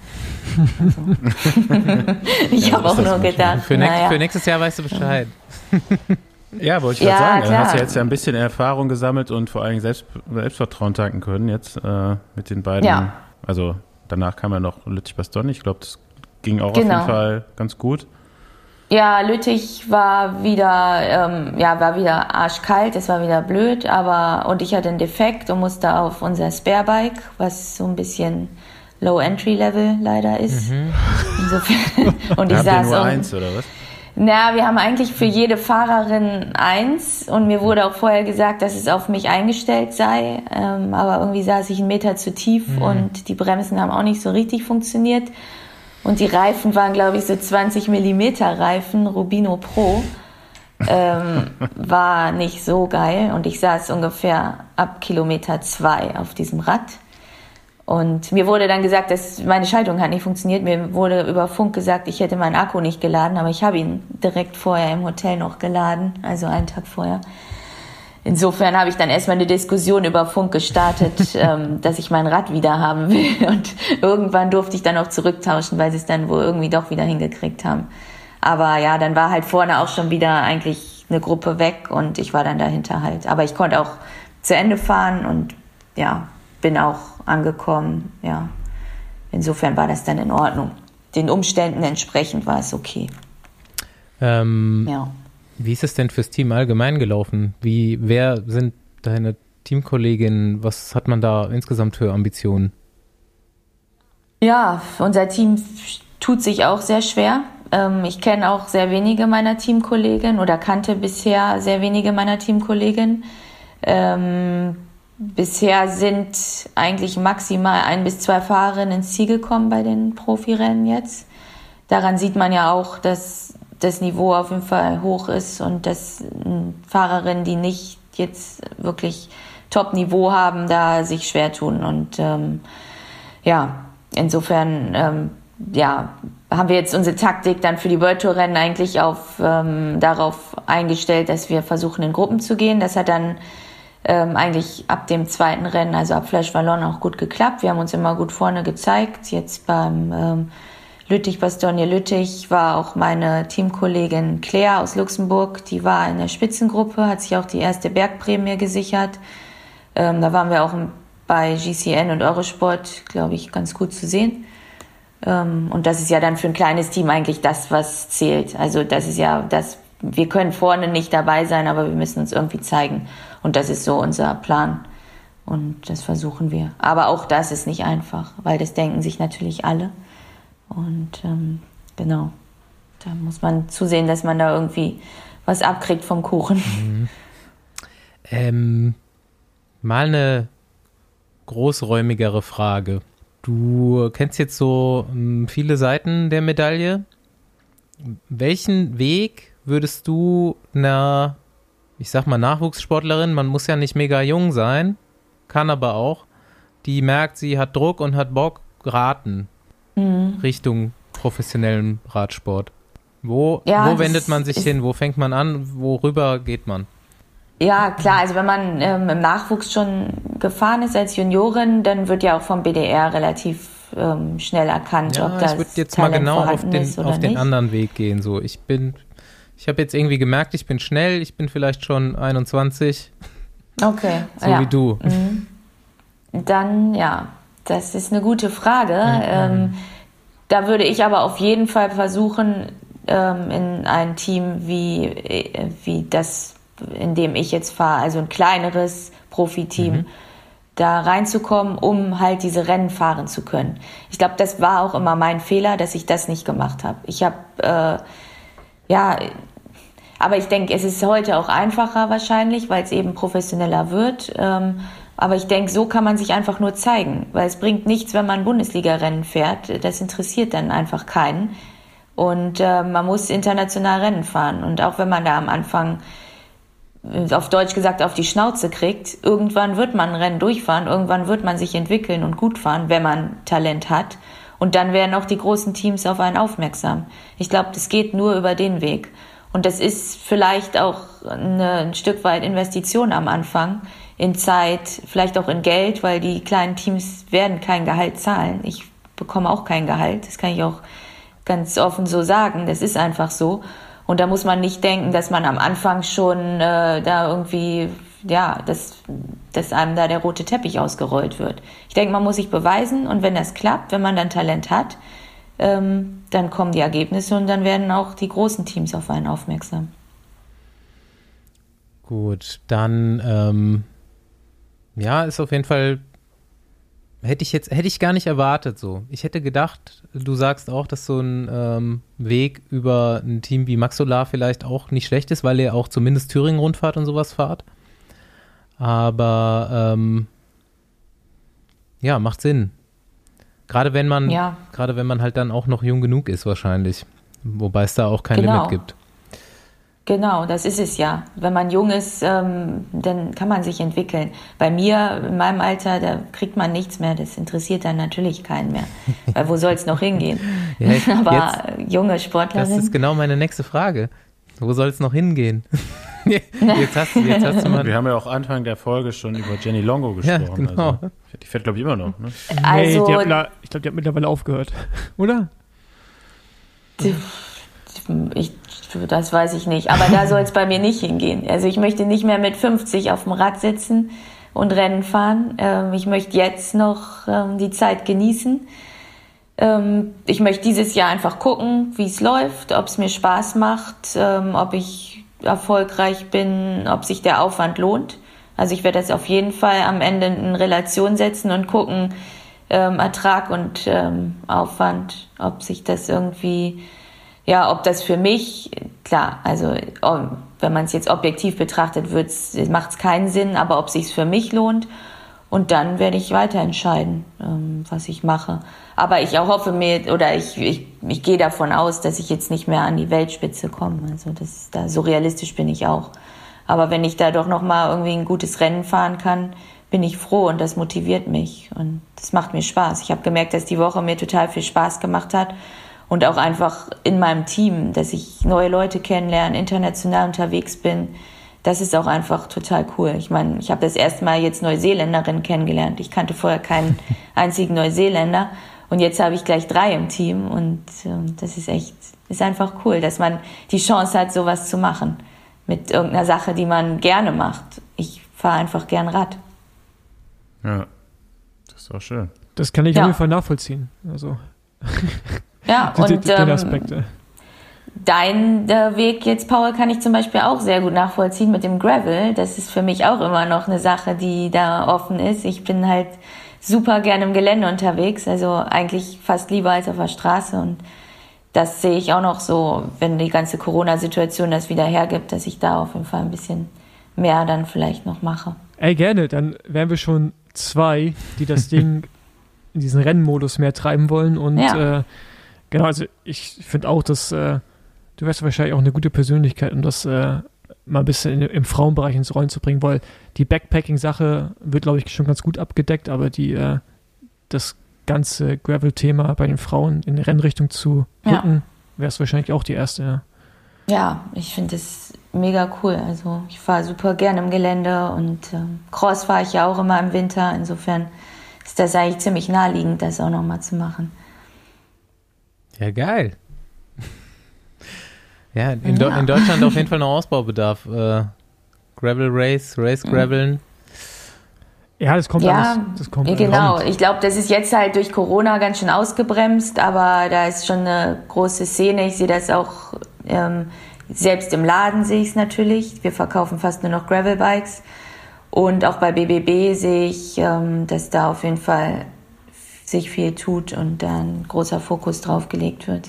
Also. ich ja, habe auch nur gedacht, für, nächst, naja. für nächstes Jahr weißt du Bescheid. Ja, wollte ich ja, gerade sagen. Du hast ja jetzt ja ein bisschen Erfahrung gesammelt und vor allem Selbst, Selbstvertrauen tanken können jetzt äh, mit den beiden. Ja. Also danach kam ja noch Lüttich-Bastogne. Ich glaube, das ging auch genau. auf jeden Fall ganz gut. Ja, Lüttich war wieder, ähm, ja, war wieder arschkalt, es war wieder blöd, aber und ich hatte einen Defekt und musste auf unser Sparebike, was so ein bisschen Low-Entry-Level leider ist. Mhm. Insofern, und ich Habt saß ihr nur auch, eins oder was? Na, wir haben eigentlich für jede Fahrerin eins und mir wurde auch vorher gesagt, dass es auf mich eingestellt sei, ähm, aber irgendwie saß ich einen Meter zu tief mhm. und die Bremsen haben auch nicht so richtig funktioniert. Und die Reifen waren, glaube ich, so zwanzig Millimeter Reifen, Rubino Pro. Ähm, war nicht so geil. Und ich saß ungefähr ab Kilometer zwei auf diesem Rad. Und mir wurde dann gesagt, dass meine Schaltung hat nicht funktioniert. Mir wurde über Funk gesagt, ich hätte meinen Akku nicht geladen. Aber ich habe ihn direkt vorher im Hotel noch geladen, also einen Tag vorher. Insofern habe ich dann erstmal eine Diskussion über Funk gestartet, ähm, dass ich mein Rad wieder haben will. Und irgendwann durfte ich dann auch zurücktauschen, weil sie es dann wohl irgendwie doch wieder hingekriegt haben. Aber ja, dann war halt vorne auch schon wieder eigentlich eine Gruppe weg und ich war dann dahinter halt. Aber ich konnte auch zu Ende fahren und ja, bin auch angekommen. Ja, insofern war das dann in Ordnung. Den Umständen entsprechend war es okay. Ähm. Ja. Wie ist es denn fürs Team allgemein gelaufen? Wie, wer sind deine Teamkolleginnen? Was hat man da insgesamt für Ambitionen? Ja, unser Team tut sich auch sehr schwer. Ich kenne auch sehr wenige meiner Teamkolleginnen oder kannte bisher sehr wenige meiner Teamkolleginnen. Ähm, bisher sind eigentlich maximal ein bis zwei Fahrerinnen ins Ziel gekommen bei den Profirennen jetzt. Daran sieht man ja auch, dass das Niveau auf jeden Fall hoch ist und dass Fahrerinnen, die nicht jetzt wirklich Top-Niveau haben, da sich schwer tun. Und ähm, ja, insofern ähm, ja, haben wir jetzt unsere Taktik dann für die World Tour Rennen eigentlich auf, ähm, darauf eingestellt, dass wir versuchen, in Gruppen zu gehen. Das hat dann ähm, eigentlich ab dem zweiten Rennen, also ab Flèche Wallonne, auch gut geklappt. Wir haben uns immer gut vorne gezeigt. Jetzt beim ähm, Lüttich-Bastogne-Lüttich war auch meine Teamkollegin Claire aus Luxemburg, die war in der Spitzengruppe, hat sich auch die erste Bergprämie gesichert. Ähm, da waren wir auch bei G C N und Eurosport, glaube ich, ganz gut zu sehen. Ähm, und das ist ja dann für ein kleines Team eigentlich das, was zählt. Also das ist ja das, wir können vorne nicht dabei sein, aber wir müssen uns irgendwie zeigen. Und das ist so unser Plan. Und das versuchen wir. Aber auch das ist nicht einfach, weil das denken sich natürlich alle. Und ähm, genau, da muss man zusehen, dass man da irgendwie was abkriegt vom Kuchen. Mhm. Ähm, mal eine großräumigere Frage. Du kennst jetzt so ähm, viele Seiten der Medaille. Welchen Weg würdest du einer, ich sag mal, Nachwuchssportlerin, man muss ja nicht mega jung sein, kann aber auch, die merkt, sie hat Druck und hat Bock, raten? Mhm. Richtung professionellen Radsport. Wo, ja, wo wendet man sich hin? Wo fängt man an? Worüber geht man? Ja, klar. Also wenn man ähm, im Nachwuchs schon gefahren ist als Juniorin, dann wird ja auch vom B D R relativ ähm, schnell erkannt, ja, ob das ich würde jetzt mal genau auf den, auf den anderen Weg gehen. So, ich bin, ich habe jetzt irgendwie gemerkt, ich bin schnell. Ich bin vielleicht schon einundzwanzig. Okay. So ja. wie du. Mhm. Dann, ja. Das ist eine gute Frage. Mhm. Ähm, da würde ich aber auf jeden Fall versuchen, ähm, in ein Team wie, äh, wie das, in dem ich jetzt fahre, also ein kleineres Profiteam, mhm. da reinzukommen, um halt diese Rennen fahren zu können. Ich glaube, das war auch immer mein Fehler, dass ich das nicht gemacht habe. Ich habe, äh, ja, aber ich denke, es ist heute auch einfacher wahrscheinlich, weil es eben professioneller wird. Ähm, Aber ich denke, so kann man sich einfach nur zeigen, weil es bringt nichts, wenn man Bundesliga-Rennen fährt. Das interessiert dann einfach keinen. Und äh, man muss international Rennen fahren. Und auch wenn man da am Anfang, auf Deutsch gesagt, auf die Schnauze kriegt, irgendwann wird man ein Rennen durchfahren, irgendwann wird man sich entwickeln und gut fahren, wenn man Talent hat. Und dann werden auch die großen Teams auf einen aufmerksam. Ich glaube, das geht nur über den Weg. Und das ist vielleicht auch eine, ein Stück weit Investition am Anfang, in Zeit, vielleicht auch in Geld, weil die kleinen Teams werden kein Gehalt zahlen. Ich bekomme auch kein Gehalt, das kann ich auch ganz offen so sagen, das ist einfach so. Und da muss man nicht denken, dass man am Anfang schon äh, da irgendwie, ja, dass, dass einem da der rote Teppich ausgerollt wird. Ich denke, man muss sich beweisen und wenn das klappt, wenn man dann Talent hat, ähm, dann kommen die Ergebnisse und dann werden auch die großen Teams auf einen aufmerksam. Gut, dann ähm, ja, ist auf jeden Fall, hätte ich jetzt, hätte ich gar nicht erwartet so. Ich hätte gedacht, du sagst auch, dass so ein ähm, Weg über ein Team wie Max Solar vielleicht auch nicht schlecht ist, weil ihr auch zumindest Thüringen-Rundfahrt und sowas fahrt. Aber ähm, ja, macht Sinn. Gerade wenn man, ja. gerade wenn man halt dann auch noch jung genug ist wahrscheinlich. Wobei es da auch kein genau. Limit gibt. Genau, das ist es ja. Wenn man jung ist, ähm, dann kann man sich entwickeln. Bei mir, in meinem Alter, da kriegt man nichts mehr. Das interessiert dann natürlich keinen mehr. Weil wo soll es noch hingehen? Ja, aber jetzt, junge Sportlerin. Das ist genau meine nächste Frage. Wo soll es noch hingehen? jetzt hast, jetzt hast du mal. Wir haben ja auch Anfang der Folge schon über Jenny Longo gesprochen. Ja, genau. Also, die fährt, glaube ich, immer noch. Ne? Also, nee, die hat, ich glaube, die hat mittlerweile aufgehört. Oder? Die, ich, das weiß ich nicht. Aber da soll es bei mir nicht hingehen. Also ich möchte nicht mehr mit fünfzig auf dem Rad sitzen und Rennen fahren. Ähm, ich möchte jetzt noch ähm, die Zeit genießen. Ähm, ich möchte dieses Jahr einfach gucken, wie es läuft, ob es mir Spaß macht, ähm, ob ich erfolgreich bin, ob sich der Aufwand lohnt. Also ich werde das auf jeden Fall am Ende in Relation setzen und gucken, ähm, Ertrag und ähm, Aufwand, ob sich das irgendwie, ja, ob das für mich, klar, also wenn man es jetzt objektiv betrachtet, macht es keinen Sinn, aber ob es sich für mich lohnt. Und dann werde ich weiter entscheiden, ähm, was ich mache. Aber ich auch hoffe mir, oder ich, ich, ich gehe davon aus, dass ich jetzt nicht mehr an die Weltspitze komme. Also das, da, so realistisch bin ich auch. Aber wenn ich da doch nochmal irgendwie ein gutes Rennen fahren kann, bin ich froh und das motiviert mich. Und das macht mir Spaß. Ich habe gemerkt, dass die Woche mir total viel Spaß gemacht hat. Und auch einfach in meinem Team, dass ich neue Leute kennenlerne, international unterwegs bin. Das ist auch einfach total cool. Ich meine, ich habe das erste Mal jetzt Neuseeländerinnen kennengelernt. Ich kannte vorher keinen einzigen Neuseeländer. Und jetzt habe ich gleich drei im Team. Und äh, das ist echt, ist einfach cool, dass man die Chance hat, sowas zu machen. Mit irgendeiner Sache, die man gerne macht. Ich fahre einfach gern Rad. Ja, das ist auch schön. Das kann ich ja auf jeden Fall nachvollziehen. Also ja, die, und die, ähm, Aspekte. Dein äh, Weg jetzt, Paul, kann ich zum Beispiel auch sehr gut nachvollziehen mit dem Gravel. Das ist für mich auch immer noch eine Sache, die da offen ist. Ich bin halt super gerne im Gelände unterwegs, also eigentlich fast lieber als auf der Straße. Und das sehe ich auch noch so, wenn die ganze Corona-Situation das wieder hergibt, dass ich da auf jeden Fall ein bisschen mehr dann vielleicht noch mache. Ey, gerne. Dann wären wir schon zwei, die das Ding in diesen Rennmodus mehr treiben wollen. Und ja. äh, genau, also ich finde auch, dass äh, du wärst wahrscheinlich auch eine gute Persönlichkeit, um das äh, mal ein bisschen in, im Frauenbereich ins Rollen zu bringen, weil die Backpacking-Sache wird, glaube ich, schon ganz gut abgedeckt, aber die äh, das ganze Gravel-Thema bei den Frauen in Rennrichtung zu rücken, ja. wärst wahrscheinlich auch die erste. Ja, ja, ich finde das mega cool. Also ich fahre super gerne im Gelände und äh, Cross fahre ich ja auch immer im Winter. Insofern ist das eigentlich ziemlich naheliegend, das auch nochmal zu machen. Ja, geil. Ja, in, ja. Do- in Deutschland auf jeden Fall noch Ausbaubedarf. Äh, Gravel Race, Race Graveln. Ja, das kommt ja, alles. Das kommt genau. Alles. Ich glaube, das ist jetzt halt durch Corona ganz schön ausgebremst, aber da ist schon eine große Szene. Ich sehe das auch, ähm, selbst im Laden sehe ich es natürlich. Wir verkaufen fast nur noch Gravelbikes. Und auch bei B B B sehe ich, ähm, dass da auf jeden Fall sich viel tut und da ein großer Fokus drauf gelegt wird.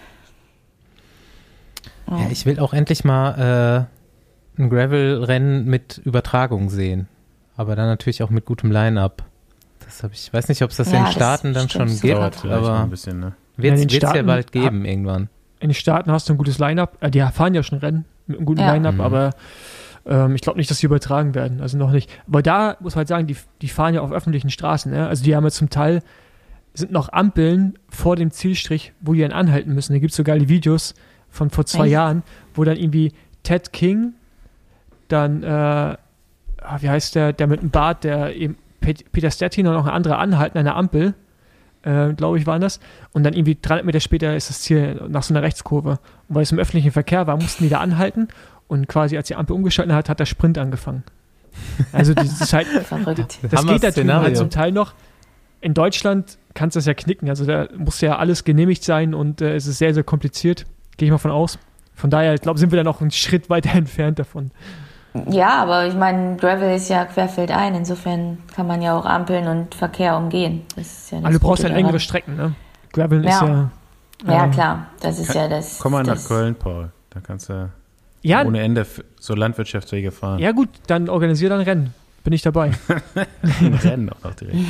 Ja, ja ich will auch endlich mal äh, ein Gravel-Rennen mit Übertragung sehen. aber dann natürlich auch mit gutem Line-Up. Das habe ich, weiß nicht, ob es das Ja, in den das Staaten dann stimmt schon so. gibt, Dauert vielleicht noch aber ein bisschen, ne? wird Ja, in es den ja Staaten bald geben hab- irgendwann. In den Staaten hast du ein gutes Line-Up. Äh, die fahren ja schon Rennen mit einem guten Ja. Line-Up, Mhm. aber ähm, ich glaube nicht, dass sie übertragen werden. Also noch nicht. Aber da muss man halt sagen, die, die fahren ja auf öffentlichen Straßen. Ne? Also die haben ja zum Teil, sind noch Ampeln vor dem Zielstrich, wo die dann anhalten müssen. Da gibt es so geile Videos von vor zwei Echt? Jahren, wo dann irgendwie Ted King, dann, äh, ah, wie heißt der, der mit dem Bart, der eben Pet- Peter Stettin und noch ein anderer anhalten an der Ampel, äh, glaube ich, waren das. Und dann irgendwie dreihundert Meter später ist das Ziel nach so einer Rechtskurve. Und weil es im öffentlichen Verkehr war, mussten die da anhalten. Und quasi, als die Ampel umgeschaltet hat, hat der Sprint angefangen. Also das ist halt, Verrückt. das geht da drüben Szenario. halt zum Teil noch. In Deutschland kannst du das ja knicken. Also da muss ja alles genehmigt sein und äh, es ist sehr, sehr kompliziert. Gehe ich mal von aus. Von daher, ich glaube, sind wir da noch einen Schritt weiter entfernt davon. Ja, aber ich meine, Gravel ist ja querfeldein. Insofern kann man ja auch Ampeln und Verkehr umgehen. Das ist ja das Also du brauchst Gute halt längere daran. Strecken, ne? Graveln ist Ja. ja... Ja, ähm, klar. Das ist ja das. Komm mal nach das, Köln, Paul. Da kannst du Ja, ohne Ende f- so Landwirtschaftswege fahren. ja gut, dann organisier dann Rennen. Bin ich dabei. Ein Rennen auch noch direkt.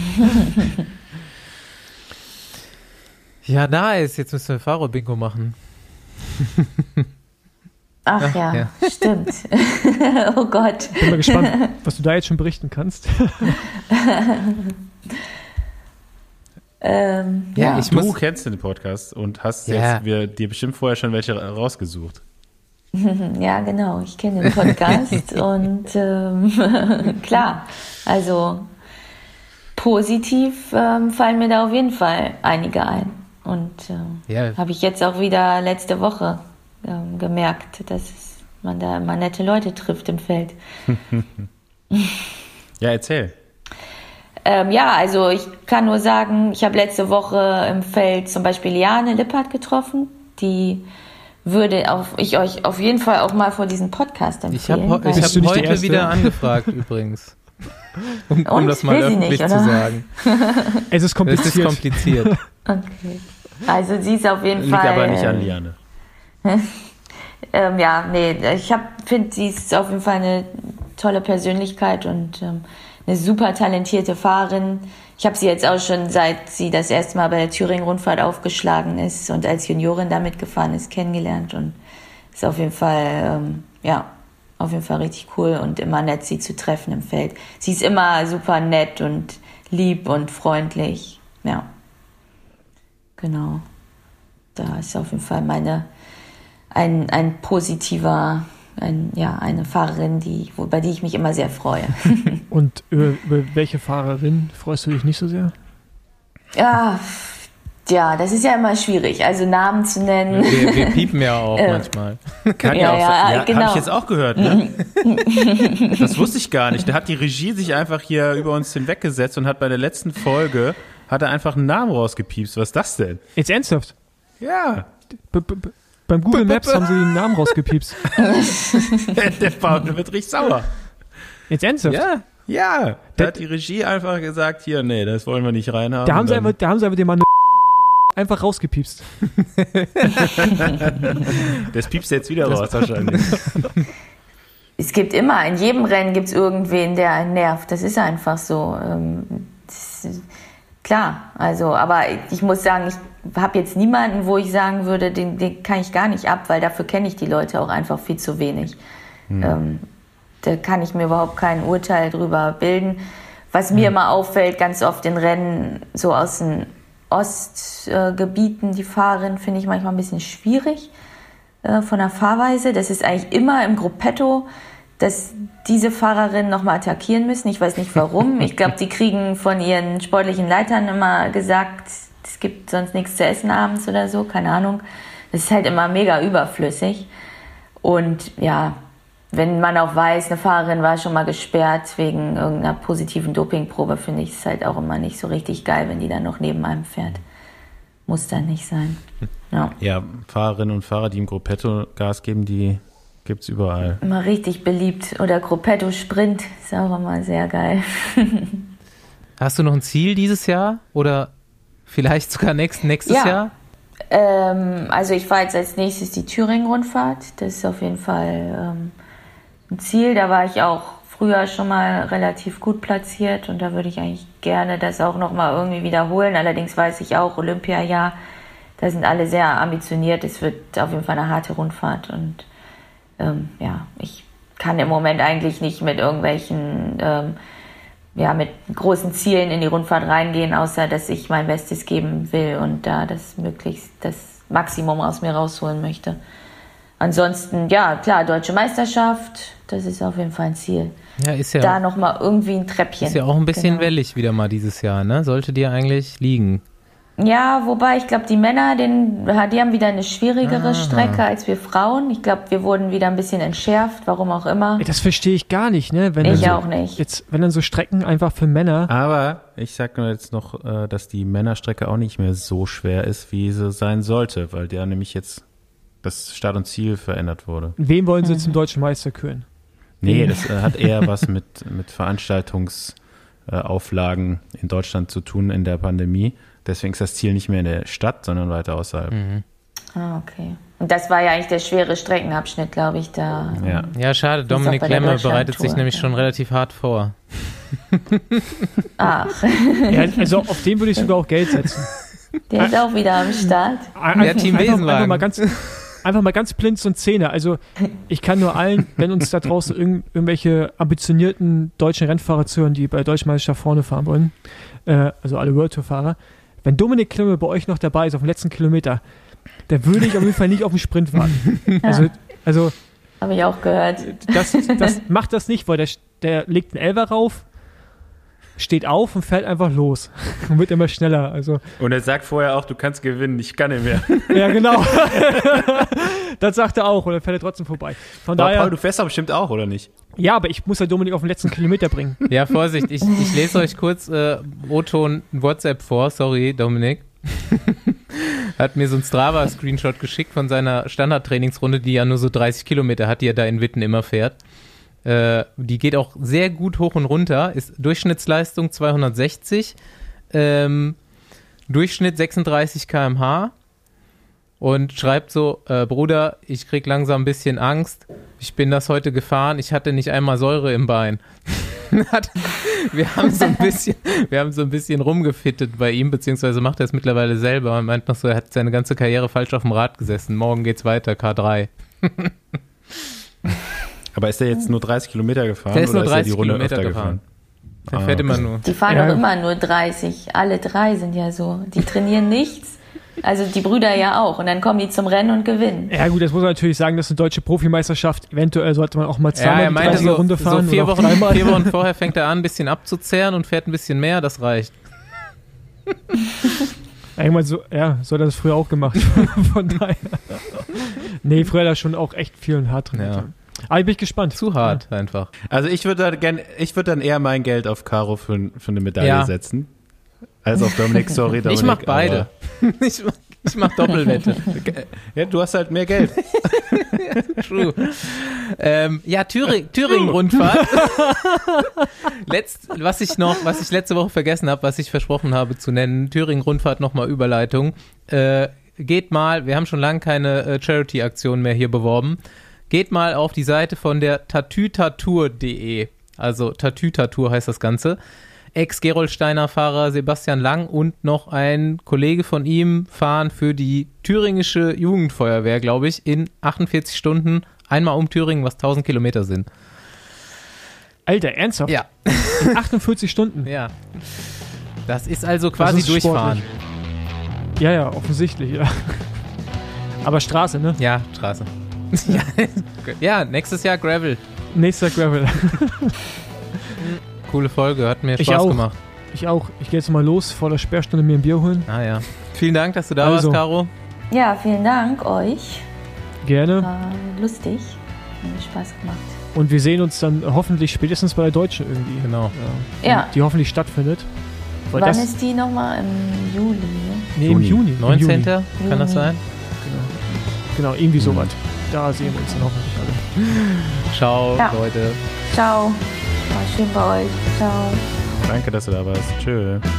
Ja, nice. Jetzt müssen wir Fahrer-Bingo machen. Ach ja, ja. stimmt. Oh Gott. Bin mal gespannt, was du da jetzt schon berichten kannst. Ähm, Ja, ja, ich Du muss- kennst den Podcast und hast Ja. jetzt wir, dir bestimmt vorher schon welche ra- rausgesucht. ja, genau. Ich kenne den Podcast und ähm, klar, also positiv ähm, fallen mir da auf jeden Fall einige ein. Und äh, Ja. habe ich jetzt auch wieder letzte Woche ähm, gemerkt, dass es, man da immer nette Leute trifft im Feld. Ja, erzähl. Ähm, ja, also ich kann nur sagen, ich habe letzte Woche im Feld zum Beispiel Liane Lippert getroffen, die würde auf, ich euch auf jeden Fall auch mal vor diesem Podcast Ich habe empfehlen. ich Bist hab du nicht die heute Erste? wieder angefragt übrigens. Um, um Und? das mal Will sie öffentlich nicht, zu oder? sagen. Es ist Das ist kompliziert. kompliziert. Okay. Also sie ist auf jeden Liegt Fall. aber nicht an Liane. Ähm, ja, nee, ich finde, sie ist auf jeden Fall eine tolle Persönlichkeit und ähm, eine super talentierte Fahrerin. Ich habe sie jetzt auch schon, seit sie das erste Mal bei der Thüringen-Rundfahrt aufgeschlagen ist und als Juniorin da mitgefahren ist, kennengelernt und ist auf jeden Fall, ähm, ja, auf jeden Fall richtig cool und immer nett, sie zu treffen im Feld. Sie ist immer super nett und lieb und freundlich, ja. Genau. Da ist auf jeden Fall meine, ein, ein positiver, ein, ja, eine Fahrerin, die, wo, bei die ich mich immer sehr freue. Und über, über welche Fahrerin freust du dich nicht so sehr? Ja, ja, das ist ja immer schwierig, also Namen zu nennen. Wir, wir piepen ja auch Äh, manchmal. Kann Ja, ja, auch ja, sein. Ja, genau. Habe ich jetzt auch gehört, ne? Das wusste ich gar nicht. Da hat die Regie sich einfach hier über uns hinweggesetzt und hat bei der letzten Folge hat er einfach einen Namen rausgepiepst. Was ist das denn? Jetzt ernsthaft. Ja, B -b -b Beim Google Maps haben sie den Namen rausgepiepst. der Paul wird richtig sauer. Jetzt ernsthaft? Ja, ja. Da hat die Regie einfach gesagt, hier, nee, das wollen wir nicht reinhaben. Da haben, sie Dann- einfach, da haben sie einfach den Mann einfach rausgepiepst. Das piepst jetzt wieder raus wahrscheinlich. Es gibt immer, in jedem Rennen gibt es irgendwen, der einen nervt. Das ist einfach so. Ähm, das ist, klar, also, aber ich muss sagen, ich habe jetzt niemanden, wo ich sagen würde, den, den kann ich gar nicht ab, weil dafür kenne ich die Leute auch einfach viel zu wenig. Hm. Ähm, da kann ich mir überhaupt kein Urteil drüber bilden. Was mir immer auffällt, ganz oft in Rennen so aus den Ostgebieten, äh, die Fahrerinnen finde ich manchmal ein bisschen schwierig äh, von der Fahrweise. Das ist eigentlich immer im Gruppetto, dass diese Fahrerinnen nochmal attackieren müssen. Ich weiß nicht warum. Ich glaube, die kriegen von ihren sportlichen Leitern immer gesagt, es gibt sonst nichts zu essen abends oder so, keine Ahnung. Das ist halt immer mega überflüssig. Und ja, wenn man auch weiß, eine Fahrerin war schon mal gesperrt wegen irgendeiner positiven Dopingprobe, finde ich es halt auch immer nicht so richtig geil, wenn die dann noch neben einem fährt. Muss dann nicht sein. Ja. Ja, Fahrerinnen und Fahrer, die im Gruppetto Gas geben, die gibt's überall. Immer richtig beliebt. Oder Gruppetto Sprint ist auch immer sehr geil. Hast du noch ein Ziel dieses Jahr? Oder vielleicht sogar nächst, nächstes Ja. Jahr? Ähm, also ich fahre jetzt als nächstes die Thüringen-Rundfahrt. Das ist auf jeden Fall ähm, ein Ziel. Da war ich auch früher schon mal relativ gut platziert und da würde ich eigentlich gerne das auch nochmal irgendwie wiederholen. Allerdings weiß ich auch, Olympiajahr, da sind alle sehr ambitioniert. Es wird auf jeden Fall eine harte Rundfahrt und ähm, ja, ich kann im Moment eigentlich nicht mit irgendwelchen, ähm, ja, mit großen Zielen in die Rundfahrt reingehen, außer dass ich mein Bestes geben will und da das möglichst das Maximum aus mir rausholen möchte. Ansonsten, ja, klar, Deutsche Meisterschaft, das ist auf jeden Fall ein Ziel. Ja, ist ja. Da nochmal irgendwie ein Treppchen. Ist ja auch ein bisschen genau. wellig wieder mal dieses Jahr, ne? Sollte dir eigentlich liegen. Ja, wobei ich glaube, die Männer, den, die haben wieder eine schwierigere Aha. Strecke als wir Frauen. Ich glaube, wir wurden wieder ein bisschen entschärft, warum auch immer. Ey, das verstehe ich gar nicht, ne? Wenn Ich dann so, auch nicht. Jetzt, wenn dann so Strecken einfach für Männer. Aber ich sag nur jetzt noch, äh, dass die Männerstrecke auch nicht mehr so schwer ist, wie sie sein sollte, weil der nämlich jetzt das Start und Ziel verändert wurde. Wen wollen sie zum deutschen Meister küren? Nee, das äh, hat eher was mit, mit Veranstaltungsauflagen äh, in Deutschland zu tun in der Pandemie. Deswegen ist das Ziel nicht mehr in der Stadt, sondern weiter außerhalb. Mhm. Ah, okay. Und das war ja eigentlich der schwere Streckenabschnitt, glaube ich, da. Ja. Ja, schade. Das ist Dominik auch bei der Klemme bereitet sich Deutschlandtour, nämlich ja. schon relativ hart vor. Ach, Ja, also auf den würde ich sogar auch Geld setzen. der ist auch wieder am Start. Einfach, Team einfach, Besenwagen. einfach, mal ganz, einfach mal ganz blind so ein Zehner. Also ich kann nur allen, wenn uns da draußen irgend, irgendwelche ambitionierten deutschen Rennfahrer zuhören, die bei der Deutschen Meisterschaft vorne fahren wollen, äh, also alle World Tour Fahrer, wenn Dominik Klemme bei euch noch dabei ist auf dem letzten Kilometer, da würde ich auf jeden Fall nicht auf den Sprint warten. Also, also Habe ich auch gehört. das, das macht das nicht, weil der, der legt einen Elfer rauf, steht auf und fährt einfach los und wird immer schneller. Also, Und er sagt vorher auch, du kannst gewinnen, ich kann nicht mehr. ja, genau. Das sagt er auch und dann fährt er trotzdem vorbei. Von Aber daher, Paul, du fährst doch bestimmt auch, oder nicht? ja, aber ich muss ja Dominik auf den letzten Kilometer bringen. Ja, Vorsicht, ich, ich lese euch kurz äh, O-Ton WhatsApp vor. Sorry, Dominik. Hat mir so ein Strava-Screenshot geschickt von seiner Standardtrainingsrunde, die ja nur so dreißig Kilometer hat, die er da in Witten immer fährt. Äh, die geht auch sehr gut hoch und runter, ist Durchschnittsleistung zweihundertsechzig, ähm, Durchschnitt sechsunddreißig Kilometer pro Stunde und schreibt so, äh, Bruder, ich krieg langsam ein bisschen Angst, ich bin das heute gefahren, ich hatte nicht einmal Säure im Bein. wir haben so ein bisschen, wir haben so ein bisschen rumgefittet bei ihm, beziehungsweise macht er es mittlerweile selber und meint noch so, er hat seine ganze Karriere falsch auf dem Rad gesessen, morgen geht's weiter, K drei. Aber ist er jetzt nur dreißig Kilometer gefahren Der ist oder nur ist er dreißig die Runde Kilometer öfter gefahren. gefahren? Der Ah, fährt okay. immer nur. Die fahren Ja. doch immer nur dreißig. Alle drei sind ja so. Die trainieren nichts. Also die Brüder ja auch. Und dann kommen die zum Rennen und gewinnen. Ja gut, das muss man natürlich sagen, das ist eine deutsche Profimeisterschaft. Eventuell sollte man auch mal Ja, zweimal er die meinte dreißiger so, Runde fahren. so vier, oder auch Wochen, dreimal. vier Wochen vorher fängt er an, ein bisschen abzuzehren und fährt ein bisschen mehr, das reicht. Ja, irgendwann so, ja, so hat er das früher auch gemacht. Von daher. Nee, früher hat er schon auch echt viel und hart trainiert. Ja. Aber ich bin gespannt. Zu hart einfach. Also ich würde da gern, ich würde dann eher mein Geld auf Caro für, für eine Medaille Ja. setzen. Als auf Dominik, sorry Dominik. Ich mach beide. ich, mach, ich mach Doppelwette. Aber, ja, du hast halt mehr Geld. True. Ähm, ja, Thüring, Thüringen-Rundfahrt. Letzt, was ich noch, was ich letzte Woche vergessen habe, was ich versprochen habe zu nennen, Thüringen-Rundfahrt nochmal Überleitung. Äh, geht mal, wir haben schon lange keine äh, Charity-Aktion mehr hier beworben. Geht mal auf die Seite von der tatütatur punkt de. Also Tatütatur heißt das Ganze. Ex-Gerolsteiner-Fahrer Sebastian Lang und noch ein Kollege von ihm fahren für die thüringische Jugendfeuerwehr, glaube ich, in achtundvierzig Stunden einmal um Thüringen, was tausend Kilometer sind. Alter, ernsthaft? Ja. In achtundvierzig Stunden? Ja. Das ist also quasi Das ist durchfahren. sportlich. Ja, ja, offensichtlich, ja. Aber Straße, ne? Ja, Straße. ja, ja, nächstes Jahr Gravel. Nächster Gravel. Coole Folge, hat mir Ich Spaß auch. gemacht. Ich auch. Ich gehe jetzt mal los, vor der Sperrstunde mir ein Bier holen. Ah ja. Vielen Dank, dass du da Also. warst, Caro. Ja, vielen Dank euch. Gerne. War lustig. Hat mir Spaß gemacht. Und wir sehen uns dann hoffentlich spätestens bei der Deutschen irgendwie. Genau. Ja. Ja. Die hoffentlich stattfindet. Weil Wann das, ist die nochmal? Im Juli, ne? nee, im Juni. Juni. Im neunzehnten Juni. Kann das Juni. sein? Genau, irgendwie sowas. Da sehen wir uns dann hoffentlich alle. Ciao, Ja. Leute. Ciao. War schön bei euch. Ciao. Danke, dass du da warst. Tschö.